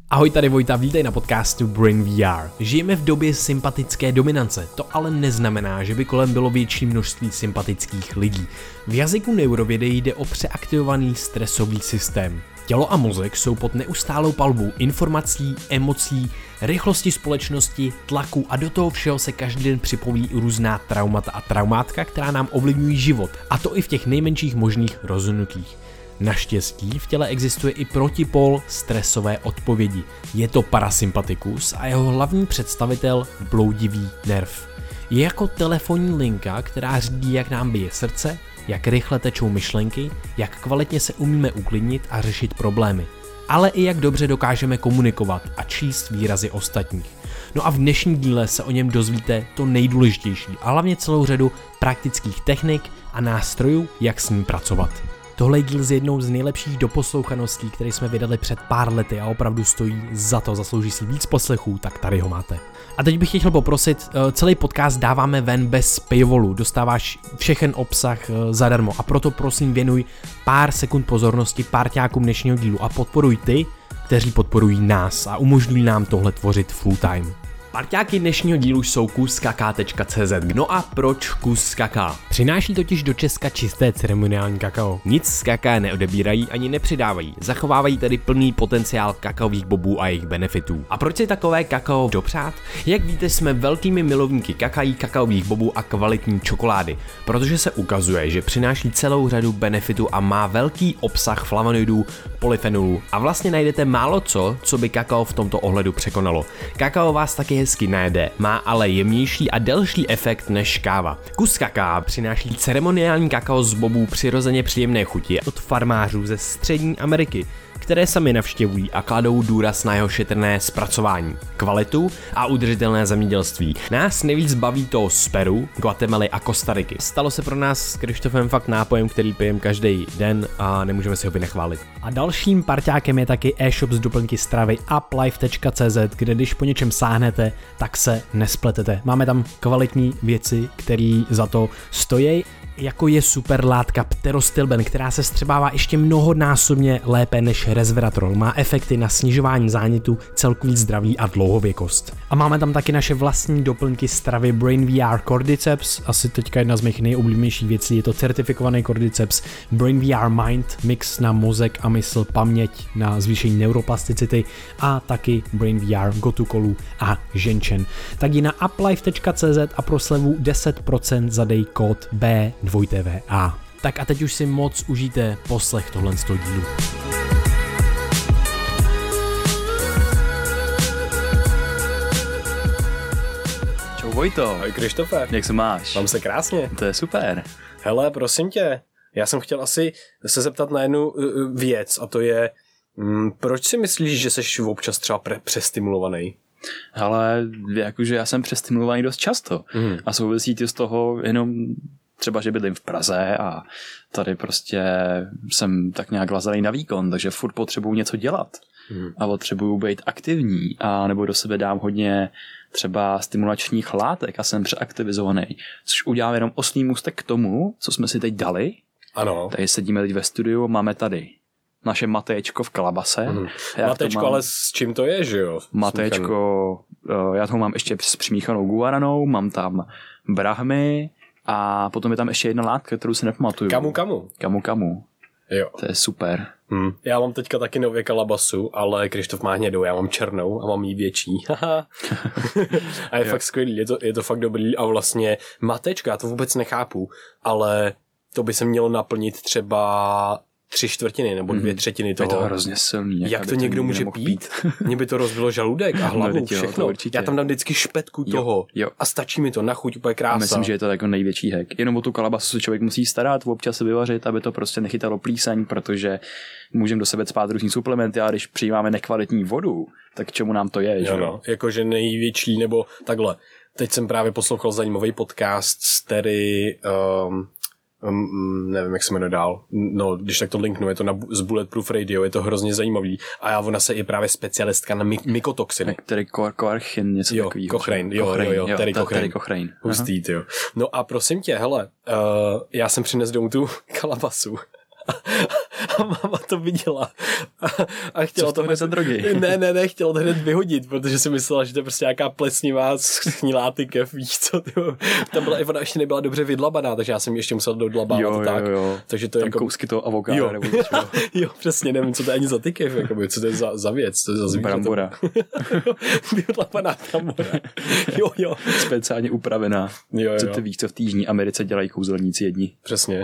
Ahoj, tady Vojta, vítej na podcastu Brain VR. Žijeme v době sympatické dominance, to ale neznamená, že by kolem bylo větší množství sympatických lidí. V jazyku neurovědy jde o přeaktivovaný stresový systém. Tělo a mozek jsou pod neustálou palbou informací, emocí, rychlosti společnosti, tlaku a do toho všeho se každý den připoví různá traumata a traumátka, která nám ovlivňují život, a to i v těch nejmenších možných rozhodnutích. Naštěstí v těle existuje i protipol stresové odpovědi. Je to parasympatikus a jeho hlavní představitel bloudivý nerv. Je jako telefonní linka, která řídí, jak nám bije srdce, jak rychle tečou myšlenky, jak kvalitně se umíme uklidnit a řešit problémy. Ale i jak dobře dokážeme komunikovat a číst výrazy ostatních. No a v dnešním díle se o něm dozvíte to nejdůležitější a hlavně celou řadu praktických technik a nástrojů, jak s ním pracovat. Tohle je díl z jednou z nejlepších doposlouchaností, které jsme vydali před pár lety a opravdu stojí za to, zaslouží si víc poslechů, tak tady ho máte. A teď bych tě chtěl poprosit, celý podcast dáváme ven bez paywallu, dostáváš všechen obsah zadarmo a proto prosím věnuj pár sekund pozornosti párťákům dnešního dílu a podporuj ty, kteří podporují nás a umožňují nám tohle tvořit full time. Parťáky dnešního dílu jsou kuskaka.cz. No a proč kus kaká? Přináší totiž do Česka čisté ceremoniální kakao. Nic z kaká neodebírají ani nepřidávají. Zachovávají tedy plný potenciál kakaových bobů a jejich benefitů. A proč si takové kakao dopřát? Jak víte, jsme velkými milovníky kakaí, kakaových bobů a kvalitní čokolády, protože se ukazuje, že přináší celou řadu benefitů a má velký obsah flavonoidů, polyfenolů a vlastně najdete málo co by kakao v tomto ohledu překonalo. Kakao vás taky hezky najede, má ale jemnější a delší efekt než káva. Kus kaká přináší ceremoniální kakao z bobů přirozeně příjemné chuti od farmářů ze Střední Ameriky, které sami navštěvují a kladou důraz na jeho šetrné zpracování, kvalitu a udržitelné zemědělství. Nás nejvíc baví to z Peru, Guatemaly a Kostariky. Stalo se pro nás s Krištofem fakt nápojem, který pijeme každý den a nemůžeme si ho vynechválit. A dalším parťákem je taky e-shop z doplňky stravy uplife.cz, kde když po něčem sáhnete, tak se nespletete. Máme tam kvalitní věci, které za to stojí. Jako je super látka pterostilben, která se střebává ještě mnohonásobně lépe než resveratrol. Má efekty na snižování zánětu, celkový zdraví a dlouhověkost. A máme tam taky naše vlastní doplňky stravy Brain VR Cordyceps, asi teďka jedna z mých nejoblíbenějších věcí, je to certifikovaný Cordyceps Brain VR Mind, mix na mozek a mysl, paměť na zvýšení neuroplasticity a taky Brain VR Gotu-kolu a ženčen. Tak jdi na uplife.cz a pro slevu 10% zadej kód B2TVA. Tak a teď už si moc užijte poslech tohle z toho dílu. Čau Vojto. Ahoj Krištofe. Jak se máš? Mám se krásně. To je super. Hele, prosím tě, já jsem chtěl asi se zeptat na jednu věc a to je, proč si myslíš, že jsi občas třeba přestimulovaný? Ale jakože já jsem přestimulovaný dost často a souvisí to z toho jenom třeba, že bydlím v Praze a tady prostě jsem tak nějak lazaný na výkon, takže furt potřebuju něco dělat a potřebuju být aktivní a nebo do sebe dám hodně třeba stimulačních látek a jsem přeaktivizovaný, což udělám jenom oslý můstek k tomu, co jsme si teď dali. Ano. Tady sedíme teď ve studiu, máme tady naše matéčko v kalabase. Matéčko, ale s čím to je, že jo? Matéčko, já toho mám ještě s přimíchanou guaranou, mám tam brahmy a potom je tam ještě jedna látka, kterou si nepamatuju. Kamu. Jo. To je super. Já mám teďka taky nově kalabasu, ale Krištof má hnědou, já mám černou a mám jí větší. A je fakt skvělý, je to fakt dobrý a vlastně matéčka, já to vůbec nechápu, ale to by se mělo naplnit třeba 3/4 nebo 2/3 toho. Je to hrozně silný. Jak to někdo může pít? Mně by to rozbilo žaludek a hlavu, všechno. Já tam dám vždycky špetku toho a stačí mi to na chuť, úplně krása. Myslím, že je to jako největší hack. Jenom o tu kalabasu se člověk musí starat, občas se vyvařit, aby to prostě nechytalo plíseň, protože můžeme do sebe spát různý suplementy a když přijímáme nekvalitní vodu, tak čemu nám to je, že jo? Jakože největší, nebo takhle. Teď jsem právě poslouchal zajímavý podcast z Terry, nevím, jak se jmenuje dál. No, když tak to linknu, je to z Bulletproof Radio, je to hrozně zajímavý. A ona se je právě specialistka na mykotoxiny. Terry Cochrane, něco takového. Terry Cochrane. Hustý, jo. No a prosím tě, hele, já jsem přinesl domů tu kalabasu. A máma to viděla. A chtěla to hned... drogy? Ne, chtěla to hned vyhodit, protože si myslela, že to je prostě nějaká plesnivá schnilá tykev, víš co, tyjo. Tam byla, ona ještě nebyla dobře vydlabaná, takže já jsem ji ještě musel dodlabávat tak. Jo. Takže to je jako... kousky toho avokáda. Jo, přesně, nevím, co to je ani za tykev, jakoby, co to je za věc, to je za zvíře. Brambora. Vydlabaná brambora. Jo. Speciálně upravená. Jo. Co ty víš, co v té Jižní Americe dělají kouzelníci jedni. Přesně.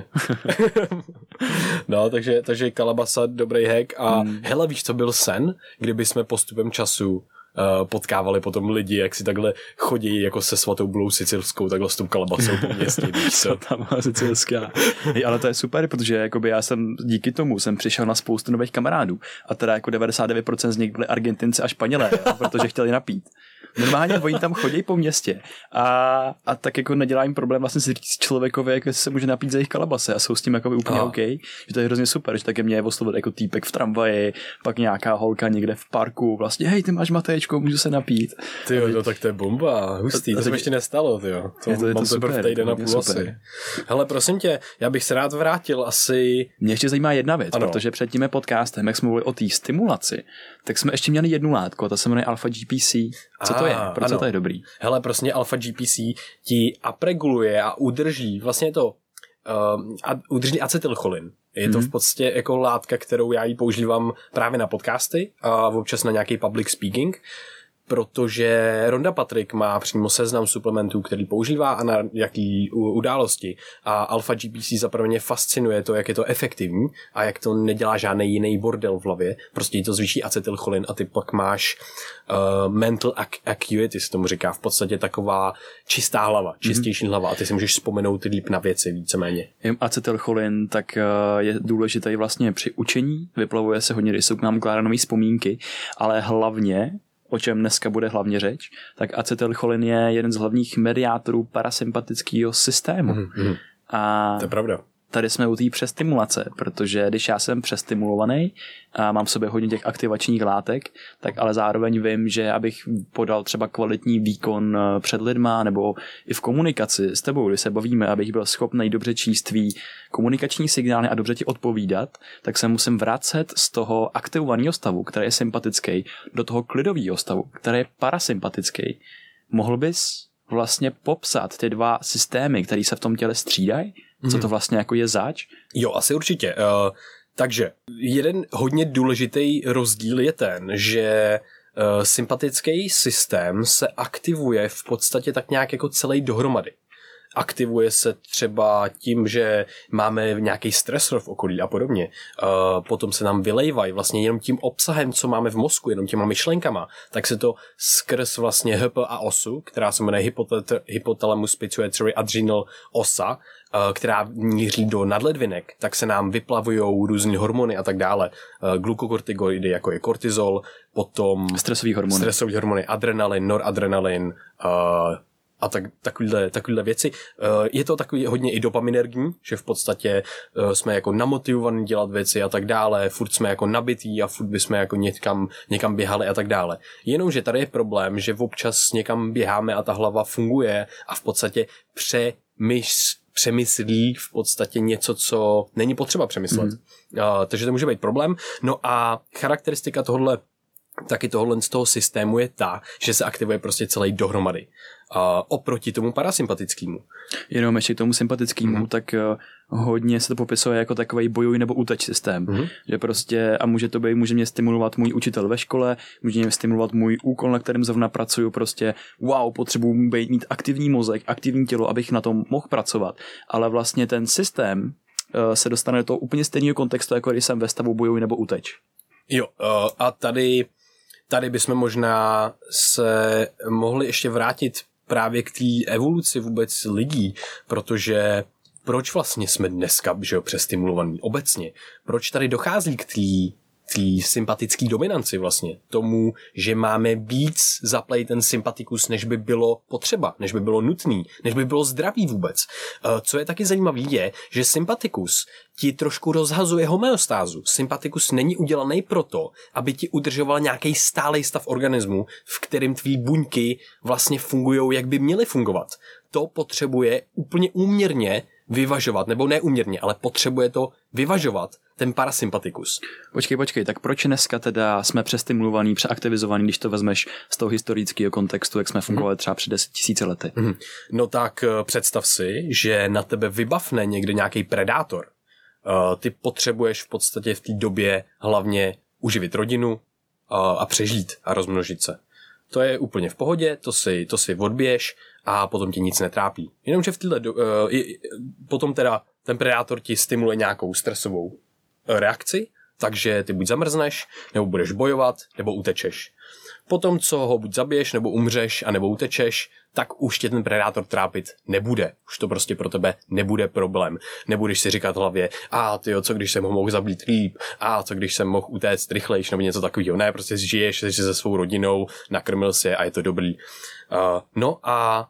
No, takže kalabasa, dobrý hack a hele, víš, co byl sen, kdyby jsme postupem času potkávali potom lidi, jak si takhle chodí jako se svatou bulou sicilskou, takhle s tou kalabasou po městě, víš co? Tam má sicilská. Ale to je super, protože jakoby já jsem díky tomu jsem přišel na spoustu nových kamarádů a teda jako 99% z nich byli Argentinci a Španělé, protože chtěli napít. Normálně oni tam chodí po městě a tak jako nedělá jim problém vlastně si říct člověkovi, jak se může napít za jejich kalabase a jsou s tím jako úplně OK, že to je hrozně super, že taky mě oslovil jako týpek v tramvaji, pak nějaká holka někde v parku, vlastně hej, ty máš Matejčko, můžu se napít. Tyjo, no tak to je bomba, hustý, to se mi ještě nestalo, tyjo. Je to super, týden a půl asi. Hele, prosím tě, já bych se rád vrátil asi... Mě ještě zajímá jedna věc, protože před tím podcastem, jak jsme mluvili o té stimulaci, tak jsme ještě měli jednu látku, ta se jmenuje Alpha GPC. Co to je? Proč to je dobrý? Hele, prostě Alpha GPC ti upreguluje a udrží, vlastně to udrží acetylcholin. Je to v podstatě jako látka, kterou já ji používám právě na podcasty a občas na nějaký public speaking, protože Ronda Patrik má přímo seznam suplementů, který používá a na jaký události. A Alpha GPC zaprvé mě fascinuje to, jak je to efektivní a jak to nedělá žádný jiný bordel v hlavě. Prostě to zvýší acetylcholin a ty pak máš mental acuity, se tomu říká, v podstatě taková čistá hlava, čistější hlava a ty si můžeš vzpomenout líp na věci víceméně. Acetylcholin tak je důležitý vlastně při učení, vyplavuje se hodně, když jsou k nám ukládat nový vzpomínky, ale hlavně o čem dneska bude hlavně řeč, tak acetylcholin je jeden z hlavních mediátorů parasympatického systému. A to je pravda. Tady jsme u té přestimulace, protože když já jsem přestimulovaný a mám v sobě hodně těch aktivačních látek, tak ale zároveň vím, že abych podal třeba kvalitní výkon před lidma nebo i v komunikaci s tebou, když se bavíme, abych byl schopný dobře číst tvý komunikační signály a dobře ti odpovídat, tak se musím vracet z toho aktivovaného stavu, který je sympatický, do toho klidového stavu, který je parasympatický. Mohl bys vlastně popsat ty dva systémy, které se v tom těle střídají? Co to vlastně jako je zač? Jo, asi určitě. Takže jeden hodně důležitý rozdíl je ten, že sympatický systém se aktivuje v podstatě tak nějak jako celý dohromady. Aktivuje se třeba tím, že máme nějaký stresor v okolí a podobně. Potom se nám vylejvají vlastně jenom tím obsahem, co máme v mozku, jenom těma myšlenkama, tak se to skrz vlastně HPA osu, která se jmenuje hypothalamus pituitary adrenal osa, která míří do nadledvinek, tak se nám vyplavujou různé hormony a tak dále. Glukokortikoidy, jako je kortizol, potom stresový hormony, adrenalin, noradrenalin, a takovýhle věci. Je to takový hodně i dopaminergní, že v podstatě jsme jako namotivovaní dělat věci a tak dále, furt jsme jako nabitý a furt bychom jako někam běhali a tak dále. Jenomže tady je problém, že občas někam běháme a ta hlava funguje a v podstatě přemyslí v podstatě něco, co není potřeba přemyslet. Takže to může být problém. No a charakteristika tohohle z toho systému je ta, že se aktivuje prostě celý dohromady. Oproti tomu parasympatickému. Jenom ještě k tomu sympatickému, tak hodně se to popisuje jako takový bojuj nebo úteč systém. Že prostě, a může mě stimulovat můj učitel ve škole, může mě stimulovat můj úkol, na kterém zrovna pracuju, prostě potřebuji mít aktivní mozek, aktivní tělo, abych na tom mohl pracovat. Ale vlastně ten systém se dostane do toho úplně stejného kontextu, jako když jsem ve stavu bojuj nebo úteč. Jo, a tady bychom možná se mohli ještě vrátit právě k té evoluci vůbec lidí, protože proč vlastně jsme dneska přestimulovaní obecně? Proč tady dochází k té sympatické dominanci vlastně? Tomu, že máme víc zaplej ten sympatikus, než by bylo potřeba, než by bylo nutný, než by bylo zdravý vůbec. Co je taky zajímavý je, že sympatikus ti trošku rozhazuje homeostázu. Sympatikus není udělaný proto, aby ti udržoval nějaký stálej stav organismu, v kterém tvý buňky vlastně fungujou, jak by měly fungovat. To potřebuje úplně úměrně vyvažovat, nebo neúměrně, ale potřebuje to vyvažovat ten parasympatikus. Počkej, tak proč dneska teda jsme přestimulovaný, přeaktivizovaný, když to vezmeš z toho historického kontextu, jak jsme fungovali třeba před 10 000 lety? No tak představ si, že na tebe vybavne někde nějaký predátor. Ty potřebuješ v podstatě v té době hlavně uživit rodinu a přežít a rozmnožit se. To je úplně v pohodě, to si odbiješ a potom ti nic netrápí. Jenomže v téhle potom teda ten predátor ti stimuluje nějakou stresovou reakci, takže ty buď zamrzneš, nebo budeš bojovat, nebo utečeš. Potom, co ho buď zabiješ, nebo umřeš, a nebo utečeš, tak už tě ten predátor trápit nebude. Už to prostě pro tebe nebude problém. Nebudeš si říkat v hlavě, co když jsem ho mohl zabít líp, co když jsem mohl utéct rychlejš, nebo něco takového. Ne, prostě žiješ se svou rodinou, nakrmil si a je to dobrý. No a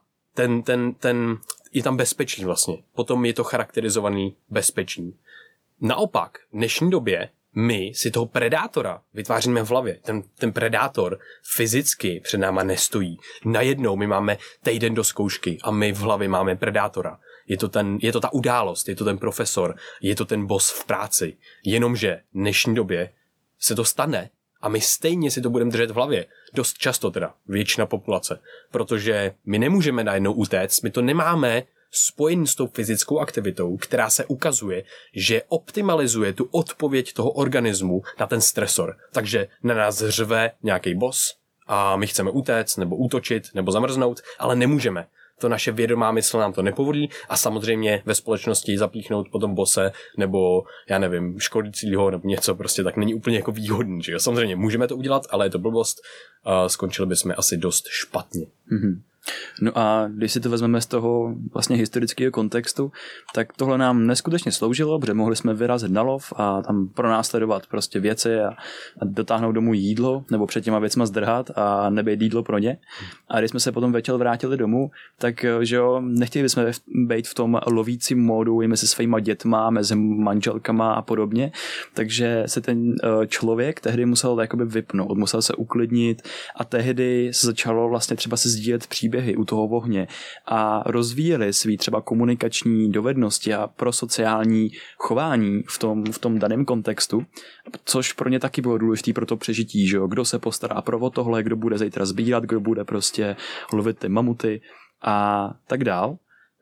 ten je tam bezpečí vlastně. Potom je to charakterizovaný bezpečí. Naopak, v dnešní době my si toho predátora vytváříme v hlavě. Ten predátor fyzicky před náma nestojí. Najednou my máme týden do zkoušky a my v hlavě máme predátora. Je to ta událost, je to ten profesor, je to ten boss v práci. Jenomže v dnešní době se to stane a my stejně si to budeme držet v hlavě. Dost často teda, většina populace. Protože my nemůžeme najednou utéct, my to nemáme spojený s tou fyzickou aktivitou, která se ukazuje, že optimalizuje tu odpověď toho organismu na ten stresor. Takže na nás řve nějaký boss a my chceme utéct, nebo útočit, nebo zamrznout, ale nemůžeme. To naše vědomá mysl nám to nepovolí a samozřejmě ve společnosti zapíchnout potom bose nebo, já nevím, škodícího nebo něco prostě tak není úplně jako výhodný, že jo? Samozřejmě můžeme to udělat, ale je to blbost. Skončili bychom asi dost špatně. Mm-hmm. No a když si to vezmeme z toho vlastně historického kontextu, tak tohle nám neskutečně sloužilo, protože mohli jsme vyrazit na lov a tam pronásledovat prostě věci a dotáhnout domů jídlo, nebo před těma věcma zdrhat a nebejt jídlo pro ně. A když jsme se potom večer vrátili domů, tak že jo, nechtěli bychom být v tom lovícím módu i mezi svýma dětma, mezi manželkama a podobně, takže se ten člověk tehdy musel jakoby vypnout, musel se uklidnit a tehdy se začalo vlastně třeba se sdílet příběhy u toho ohně a rozvíjeli svý třeba komunikační dovednosti a prosociální chování v tom daném kontextu, což pro ně taky bylo důležité pro to přežití, že jo? Kdo se postará pro tohle, kdo bude zítra sbírat, kdo bude prostě lovit ty mamuty a tak dál.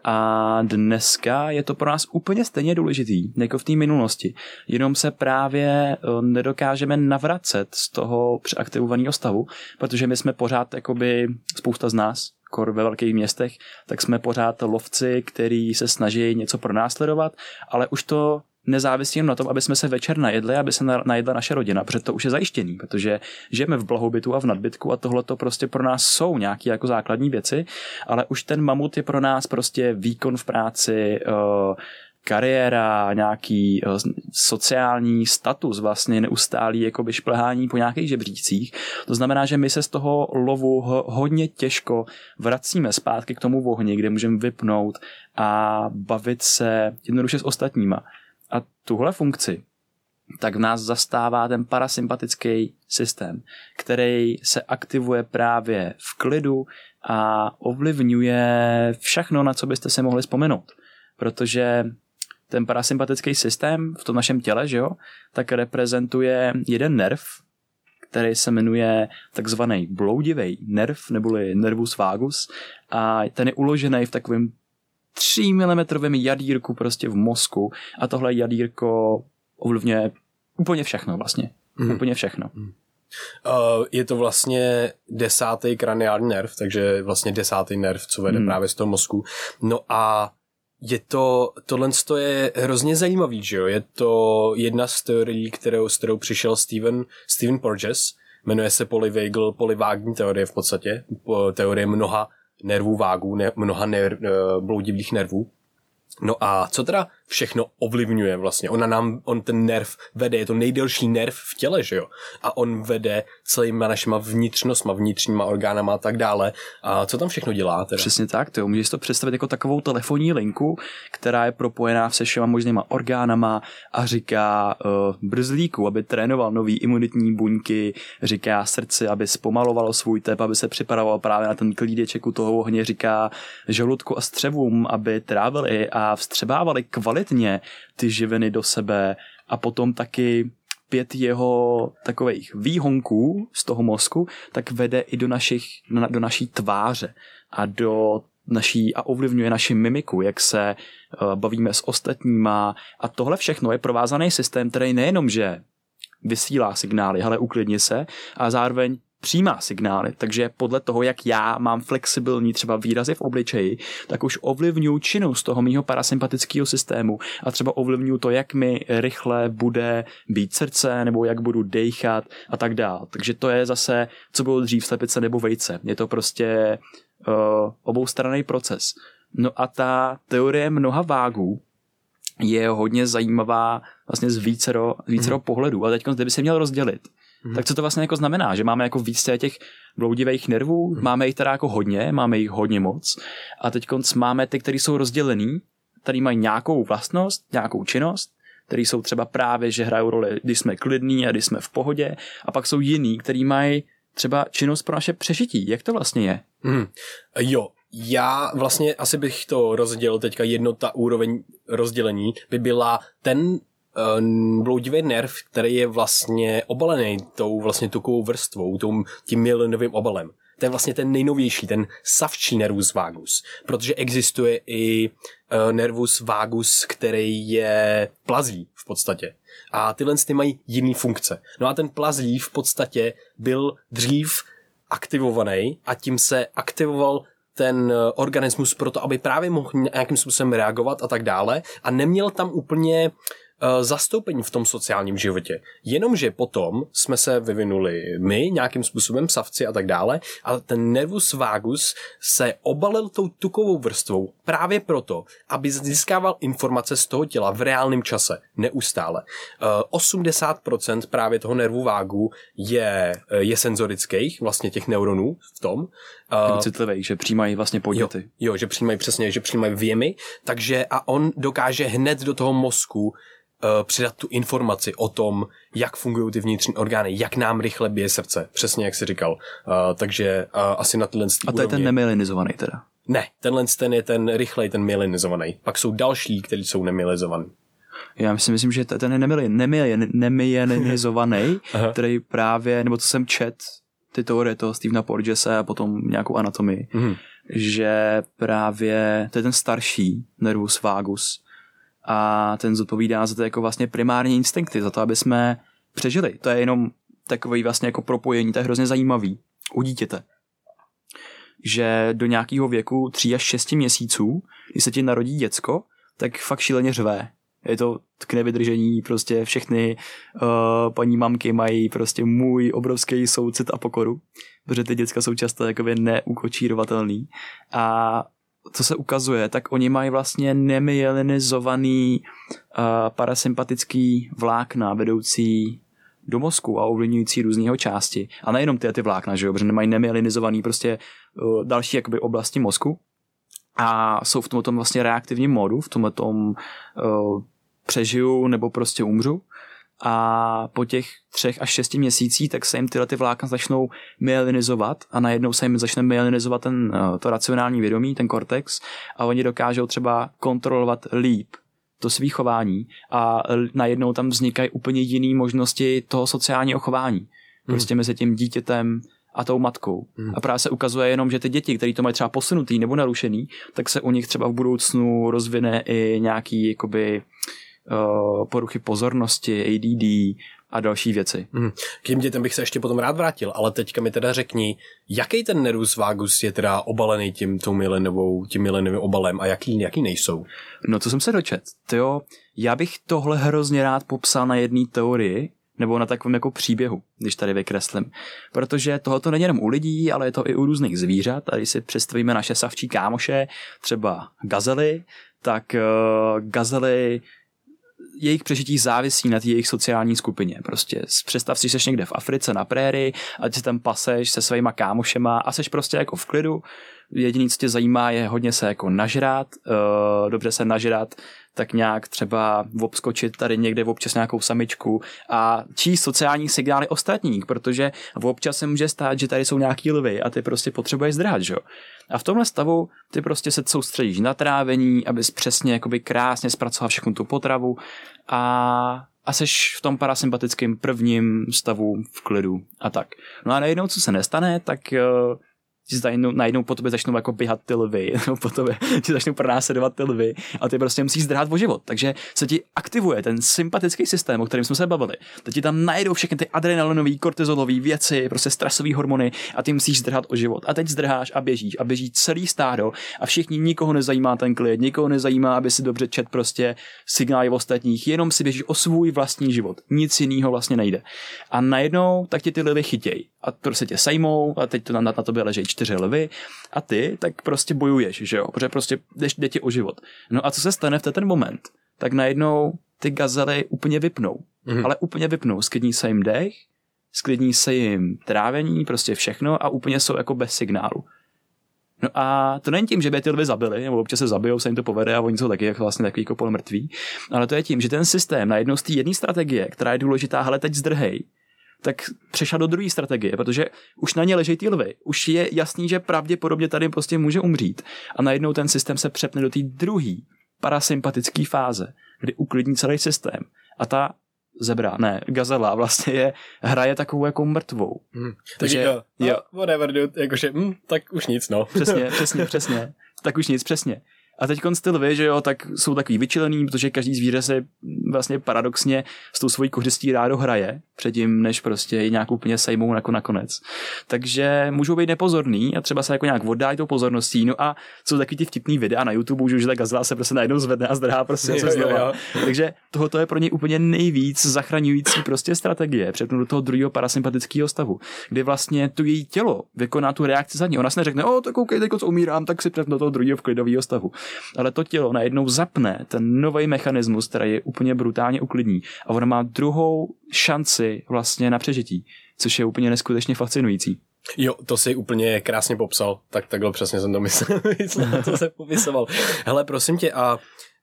A dneska je to pro nás úplně stejně důležitý, jako v té minulosti. Jenom se právě nedokážeme navracet z toho přeaktivovaného stavu, protože my jsme pořád, jakoby spousta z nás, ve velkých městech, tak jsme pořád lovci, který se snaží něco pronásledovat, ale už to nezávisí jen na tom, aby jsme se večer najedli, aby se najedla naše rodina, protože to už je zajištěný, protože žijeme v blahobytu a v nadbytku a tohle to prostě pro nás jsou nějaké jako základní věci, ale už ten mamut je pro nás prostě výkon v práci, kariéra, nějaký sociální status, vlastně neustálý jakoby šplhání po nějakých žebřících. To znamená, že my se z toho lovu hodně těžko vracíme zpátky k tomu ohni, kde můžeme vypnout a bavit se jednoduše s ostatníma. A tuhle funkci tak v nás zastává ten parasympatický systém, který se aktivuje právě v klidu a ovlivňuje všechno, na co byste se mohli vzpomenout. Protože ten parasympatický systém v tom našem těle, že jo, tak reprezentuje jeden nerv, který se jmenuje takzvaný bloudivý nerv, neboli nervus vagus, a ten je uložený v takovém 3 mm jadírku prostě v mozku a tohle jadírko ovlivňuje úplně všechno vlastně. Úplně všechno. Je to vlastně 10. kraniální nerv, takže vlastně 10. nerv, co vede právě z toho mozku. No a tohle je hrozně zajímavý, že jo? Je to jedna z teorií, s kterou přišel Stephen Porges, jmenuje se polyvágní teorie v podstatě, teorie mnoha nervů vágů, mnoha bloudivých nervů. No a co teda všechno ovlivňuje vlastně? On ten nerv vede, je to nejdelší nerv v těle, že jo? A on vede celýma našima vnitřnostma, vnitřníma orgánama a tak dále. A co tam všechno dělá teda? Přesně tak, to můžeš to představit jako takovou telefonní linku, která je propojená se všema možnýma orgánama a říká brzlíku, aby trénoval nový imunitní buňky, říká srdci, aby zpomalovalo svůj tep, aby se připravoval právě na ten klídeček u toho ohně, říká žaludku a střevům, aby trávili a a vstřebávali kvalitně ty živiny do sebe a potom taky 5 jeho takových výhonků z toho mozku tak vede i do naší tváře a a ovlivňuje naši mimiku, jak se bavíme s ostatníma a tohle všechno je provázaný systém, který nejenom, že vysílá signály, hele, uklidni se, a zároveň přijímá signály, takže podle toho, jak já mám flexibilní třeba výrazy v obličeji, tak už ovlivňuji činnost toho mýho parasympatického systému a třeba ovlivňuji to, jak mi rychle bude být srdce, nebo jak budu dejchat a tak dál. Takže to je zase, co bylo dřív, slepice nebo vejce. Je to prostě oboustranný proces. No a ta teorie mnoha vágů je hodně zajímavá vlastně z vícero pohledů. A teď, kdyby se měl rozdělit, tak co to vlastně jako znamená? Že máme jako víc těch bloudivých nervů, máme jich teda jako hodně, máme jich hodně moc a teď máme ty, které jsou rozdělený, tady mají nějakou vlastnost, nějakou činnost, které jsou třeba právě, že hrajou roli, když jsme klidní a když jsme v pohodě, a pak jsou jiný, který mají třeba činnost pro naše přežití. Jak to vlastně je? Jo, já vlastně asi bych to rozdělil teďka, ta úroveň rozdělení by byla ten bloudivý nerv, který je vlastně obalený tou vlastně tukovou vrstvou, tím myelinovým obalem. To je vlastně ten nejnovější, ten savčí nervus vagus, protože existuje i nervus vagus, který je plazí v podstatě. A tyhle mají jiný funkce. No a ten plazí v podstatě byl dřív aktivovaný a tím se aktivoval ten organismus proto, aby právě mohl nějakým způsobem reagovat a tak dále, a neměl tam úplně zastoupení v tom sociálním životě. Jenomže potom jsme se vyvinuli my nějakým způsobem, savci a tak dále, a ten nervus vagus se obalil tou tukovou vrstvou právě proto, aby získával informace z toho těla v reálném čase, neustále. 80% právě toho nervu vagu je senzorických, vlastně těch neuronů v tom. Citlivý, že přijímají vlastně podněty. Jo, že přijímají vjemy, takže a on dokáže hned do toho mozku přidat tu informaci o tom, jak fungují ty vnitřní orgány, jak nám rychle bije srdce, přesně jak jsi říkal. Takže asi na tenhle A to je ten nemyelinizovaný teda? Ne, ten je ten rychlej, ten myelinizovaný. Pak jsou další, kteří jsou nemyelinizovaný. Já myslím, že ten je nemyelinizovaný, který právě, nebo to jsem čet, ty teorie toho Stephena Porgese a potom nějakou anatomii, že právě to je ten starší nervus vagus a ten zodpovídá za to jako vlastně primární instinkty, za to, aby jsme přežili. To je jenom takový vlastně jako propojení, to je hrozně zajímavý u dítěte. Že do nějakého věku 3 až 6 měsíců, když se ti narodí děcko, tak fakt šíleně řve. Je to k nevydržení, prostě všechny paní mamky mají prostě můj obrovský soucit a pokoru, protože ty děcka jsou často jakoby neukočírovatelný. A co se ukazuje, tak oni mají vlastně nemyelinizovaný parasympatický vlákna vedoucí do mozku a ovlivňující různýho části. A nejenom ty vlákna, že jo, protože nemají nemyelinizovaný prostě další jakoby oblasti mozku a jsou v tomto vlastně reaktivním módu, v tomto přežiju nebo prostě umřu. A po těch 3 až 6 měsících tak se jim tyhle ty vlákna začnou myelinizovat a najednou se jim začne myelinizovat to racionální vědomí, ten kortex, a oni dokážou třeba kontrolovat líp to svý chování a najednou tam vznikají úplně jiné možnosti toho sociálního chování. Prostě mezi tím dítětem a tou matkou. A právě se ukazuje jenom, že ty děti, které to mají třeba posunutý nebo narušený, tak se u nich třeba v budoucnu rozvine i nějaký jakoby poruchy pozornosti, ADD a další věci. K těm dětem bych se ještě potom rád vrátil, ale teďka mi teda řekni, jaký ten nervus vagus je teda obalený tím myelinovým obalem a jaký nejsou? No to jsem se dočet. Já bych tohle hrozně rád popsal na jedné teorii, nebo na takovém jako příběhu, když tady vykreslím. Protože tohoto není jenom u lidí, ale je to i u různých zvířat. A když si představíme naše savčí kámoše, třeba gazely, tak gazely, jejich přežití závisí na té jejich sociální skupině. Prostě představ si, že jsi někde v Africe na prérii a ty tam paseš se svýma kámošema a seš prostě jako v klidu. jediný, co tě zajímá, je hodně se jako nažrát, dobře se nažrát, tak nějak třeba obskočit tady někde občas nějakou samičku a číst sociální signály ostatních, protože občas se může stát, že tady jsou nějaký lvy a ty prostě potřebuješ zdrhat, že jo. A v tomhle stavu ty prostě se soustředíš na trávení, abys přesně jakoby krásně zpracoval všechnu tu potravu a seš v tom parasympatickém prvním stavu v klidu a tak. No a najednou, co se nestane, tak najednou po tobě začnou jako běhat ty lvy, nebo po tobě ti začnou pronásledovat ty lvy a ty prostě musíš zdrhat o život. Takže se ti aktivuje ten sympatický systém, o kterém jsme se bavili. Teď ti tam najdou všechny ty adrenalinové, kortizolové věci, prostě stresové hormony a ty musíš zdrhat o život. A teď zdrháš a běží celý stádo a nikoho nezajímá ten klid, nikoho nezajímá, aby si dobře čet prostě signály ostatních, jenom si běžíš o svůj vlastní život. Nic jiného vlastně nejde. A najednou tak ti ty lvy chytějí a prostě tě sejmou a teď to na tobě leží 4 lvy a ty tak prostě bojuješ, že jo, protože prostě jde ti o život. No a co se stane v ten moment? Tak najednou ty gazely úplně vypnou, ale úplně vypnou, sklidní se jim dech, sklidní se jim trávení, prostě všechno a úplně jsou jako bez signálu. No a to není tím, že by ty lvy zabili, nebo občas se zabijou, se jim to povede a oni jsou taky vlastně takový jako polomrtví, ale to je tím, že ten systém najednou z té jedné strategie, která je důležitá, hele teď zdrhej, tak přešla do druhé strategie, protože už na ně leží ty lvy. Už je jasný, že pravděpodobně tady prostě může umřít. A najednou ten systém se přepne do té druhé parasympatické fáze, kdy uklidní celý systém. A ta gazela vlastně hraje takovou jako mrtvou. Takže whatever, dude, jakože, tak už nic, no. Přesně. Tak už nic, přesně. A teď ty lvy, že jo, tak jsou takový vyčilený, protože každý zvíře se vlastně paradoxně s tou svojí kořistí rádo hraje předtím, než prostě ji nějak úplně sejmou jako nakonec. Takže můžou být nepozorný a třeba se jako nějak oddají tou pozorností. No a jsou takový ty vtipný videa na YouTube, že ta gazela se prostě najednou zvedne a zdrhá prostě se znova. Takže tohoto je pro ně úplně nejvíc zachraňující prostě strategie přepnout do toho druhého parasympatického stavu, kdy vlastně to její tělo vykoná tu reakci za ní. Ona se neřekne, tak koukej, teď co umírám, tak si přepnu do toho druhého klidového stavu. Ale to tělo najednou zapne ten nový mechanismus, který je úplně brutálně uklidní a ona má druhou šanci vlastně na přežití, což je úplně neskutečně fascinující. Jo, to si úplně krásně popsal, takhle přesně jsem to myslel, co se popisoval. Hele, prosím tě, a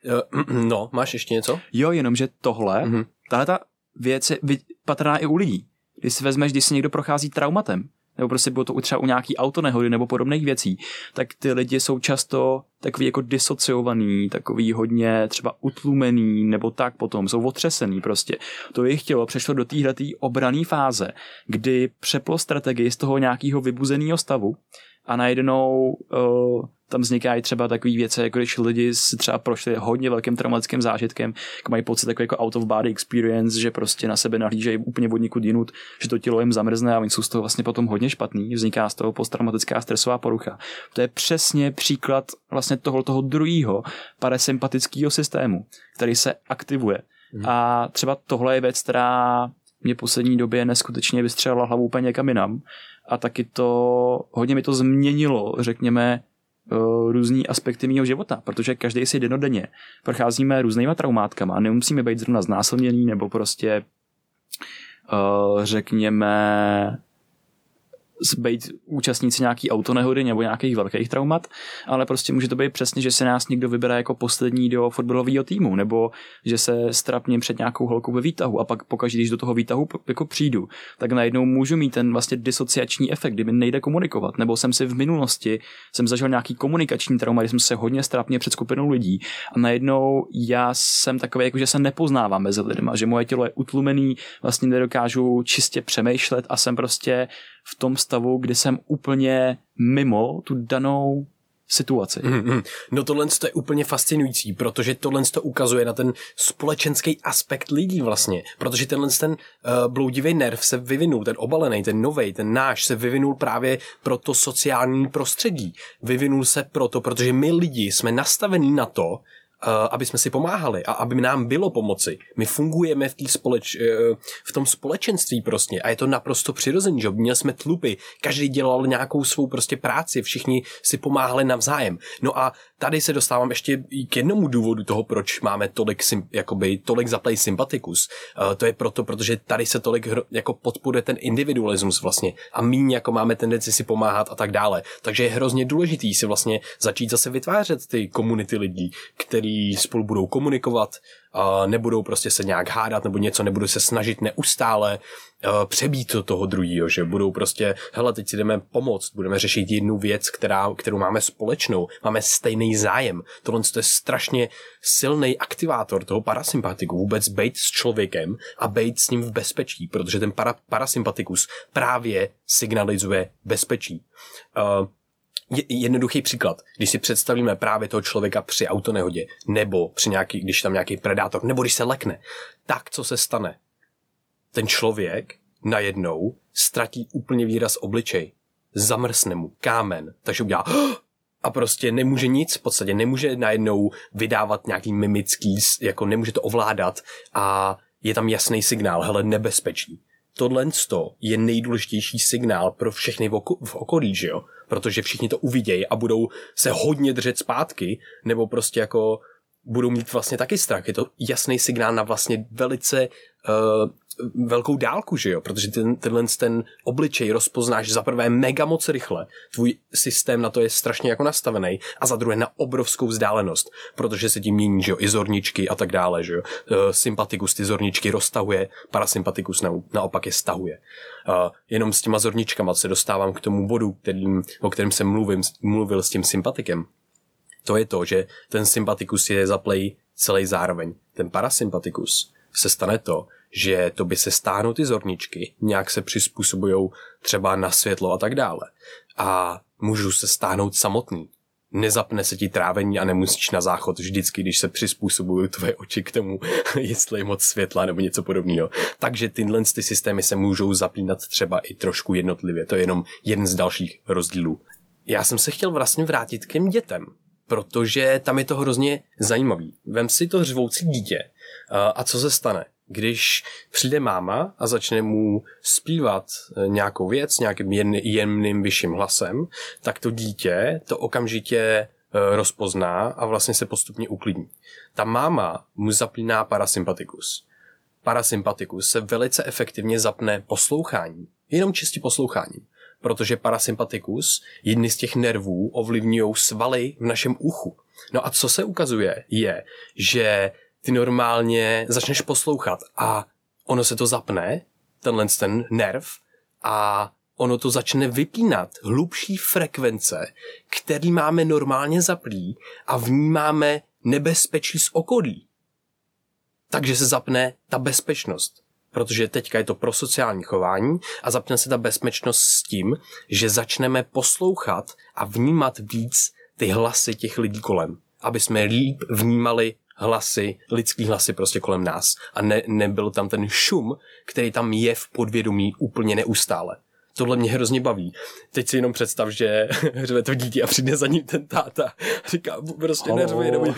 máš ještě něco? Jo, jenomže tahle ta věc je patrná i u lidí. Když si vezmeš, když si někdo prochází traumatem, nebo prostě bylo to třeba u nějaký autonehody nebo podobných věcí, tak ty lidi jsou často takový jako disociovaný, takový hodně třeba utlumený, nebo tak potom, jsou otřesený prostě. To jejich tělo přešlo do téhletý obranné fáze, kdy přeplo strategii z toho nějakého vybuzeného stavu a najednou tam vznikají třeba takové věci, jako když lidi si třeba prošli hodně velkým traumatickým zážitkem, mají pocit takový jako out of body experience, že prostě na sebe nahlížejí úplně od nikud jinut, že to tělo jim zamrzne a oni jsou z toho vlastně potom hodně špatný, vzniká z toho posttraumatická stresová porucha. To je přesně příklad vlastně toho druhého parasympatického systému, který se aktivuje. A třeba tohle je věc, která mě v poslední době neskutečně vystřelila hlavu úplně někam jinam a taky hodně mi to změnilo, řekněme, různý aspekty mýho života, protože každý si dennodenně procházíme různýma traumátkama a nemusíme být zrovna znásilněný nebo prostě řekněme být účastníci nějaký autonehody nebo nějakých velkých traumat, ale prostě může to být přesně, že se nás někdo vybere jako poslední do fotbalového týmu, nebo že se strapním před nějakou holkou ve výtahu a pak pokaždé, když do toho výtahu jako přijdu, tak najednou můžu mít ten vlastně disociační efekt, kdy mi nejde komunikovat, nebo jsem si v minulosti zažil nějaký komunikační trauma, kdy jsem se hodně strapně před skupinou lidí a najednou já jsem takový, jako že se nepoznávám mezi lidma, že moje tělo je utlumený, vlastně nedokážu čistě přemýšlet a jsem prostě v tom stavu, kdy jsem úplně mimo tu danou situaci. No tohle je úplně fascinující, protože tohle ukazuje na ten společenský aspekt lidí vlastně, protože ten bloudivý nerv se vyvinul, ten obalený, ten novej, ten náš se vyvinul právě pro to sociální prostředí. Vyvinul se proto, protože my lidi jsme nastavení na to, aby jsme si pomáhali a aby nám bylo pomoci. My fungujeme v tom společenství prostě a je to naprosto přirozený, že měli jsme tlupy, každý dělal nějakou svou prostě práci, všichni si pomáhali navzájem. No a tady se dostávám ještě k jednomu důvodu toho, proč máme tolik zaplay sympaticus. To je proto, protože tady se tolik jako podporuje ten individualismus vlastně a míň jako máme tendenci si pomáhat a tak dále. Takže je hrozně důležitý si vlastně začít zase vytvářet ty komunity lidí, který spolu budou komunikovat, nebudou prostě se nějak hádat nebo něco, nebudou se snažit neustále přebít toho druhého, že budou prostě, hele, teď si jdeme pomoct, budeme řešit jednu věc, kterou máme společnou, máme stejný zájem. Tohle je strašně silný aktivátor toho parasympatiku, vůbec bejt s člověkem a bejt s ním v bezpečí, protože ten parasympatikus právě signalizuje bezpečí. Jednoduchý příklad, když si představíme právě toho člověka při autonehodě, nebo když tam nějaký predátor, nebo když se lekne, tak co se stane? Ten člověk najednou ztratí úplně výraz obličej, zamrsne mu kámen, takže udělá a prostě nemůže nic, v podstatě nemůže najednou vydávat nějaký mimický, jako nemůže to ovládat a je tam jasný signál, hele, nebezpečí. Tohle je nejdůležitější signál pro všechny v okolí, že jo? Protože všichni to uvidějí a budou se hodně držet zpátky, nebo prostě jako budou mít vlastně taky strach. Je to jasný signál na vlastně velice velkou dálku, že jo? Protože ten obličej rozpoznáš za prvé mega moc rychle. Tvůj systém na to je strašně jako nastavený a za druhé na obrovskou vzdálenost, protože se tím mění, že jo, i zorničky a tak dále, že jo. Sympatikus ty zorničky roztahuje, parasympatikus naopak je stahuje. Jenom s těma zorničkama se dostávám k tomu bodu, o kterém jsem mluvil s tím sympatikem. To je to, že ten sympatikus je zaplej celý zároveň. Ten parasympatikus se stane to, že to by se stáhnou ty zorničky, nějak se přizpůsobujou třeba na světlo a tak dále. A můžu se stáhnout samotný. Nezapne se ti trávení a nemusíš na záchod vždycky, když se přizpůsobují tvoje oči k tomu, jestli je moc světla nebo něco podobného. Takže tyhle systémy se můžou zapínat třeba i trošku jednotlivě. To je jenom jeden z dalších rozdílů. Já jsem se chtěl vlastně vrátit k těm dětem, protože tam je to hrozně zajímavý. Vem si to řvoucí dítě a co se stane? Když přijde máma a začne mu zpívat nějakou věc nějakým jemným vyšším hlasem, tak to dítě to okamžitě rozpozná a vlastně se postupně uklidní. Ta máma mu zapíná parasympatikus. Parasympatikus se velice efektivně zapne poslouchání, jenom čistě poslouchání, protože parasympatikus, jedny z těch nervů, ovlivňují svaly v našem uchu. No a co se ukazuje je, že ty normálně začneš poslouchat a ono se to zapne, ten nerv, a ono to začne vypínat hlubší frekvence, který máme normálně zaplý a vnímáme nebezpečí z okolí. Takže se zapne ta bezpečnost, protože teďka je to pro sociální chování a zapne se ta bezpečnost s tím, že začneme poslouchat a vnímat víc ty hlasy těch lidí kolem, aby jsme líp vnímali lidský hlasy prostě kolem nás a nebyl tam ten šum, který tam je v podvědomí úplně neustále. Tohle mě hrozně baví. Teď si jenom představ, že řve to dítě a přijde za ním ten táta a říká, prostě neřve, nebo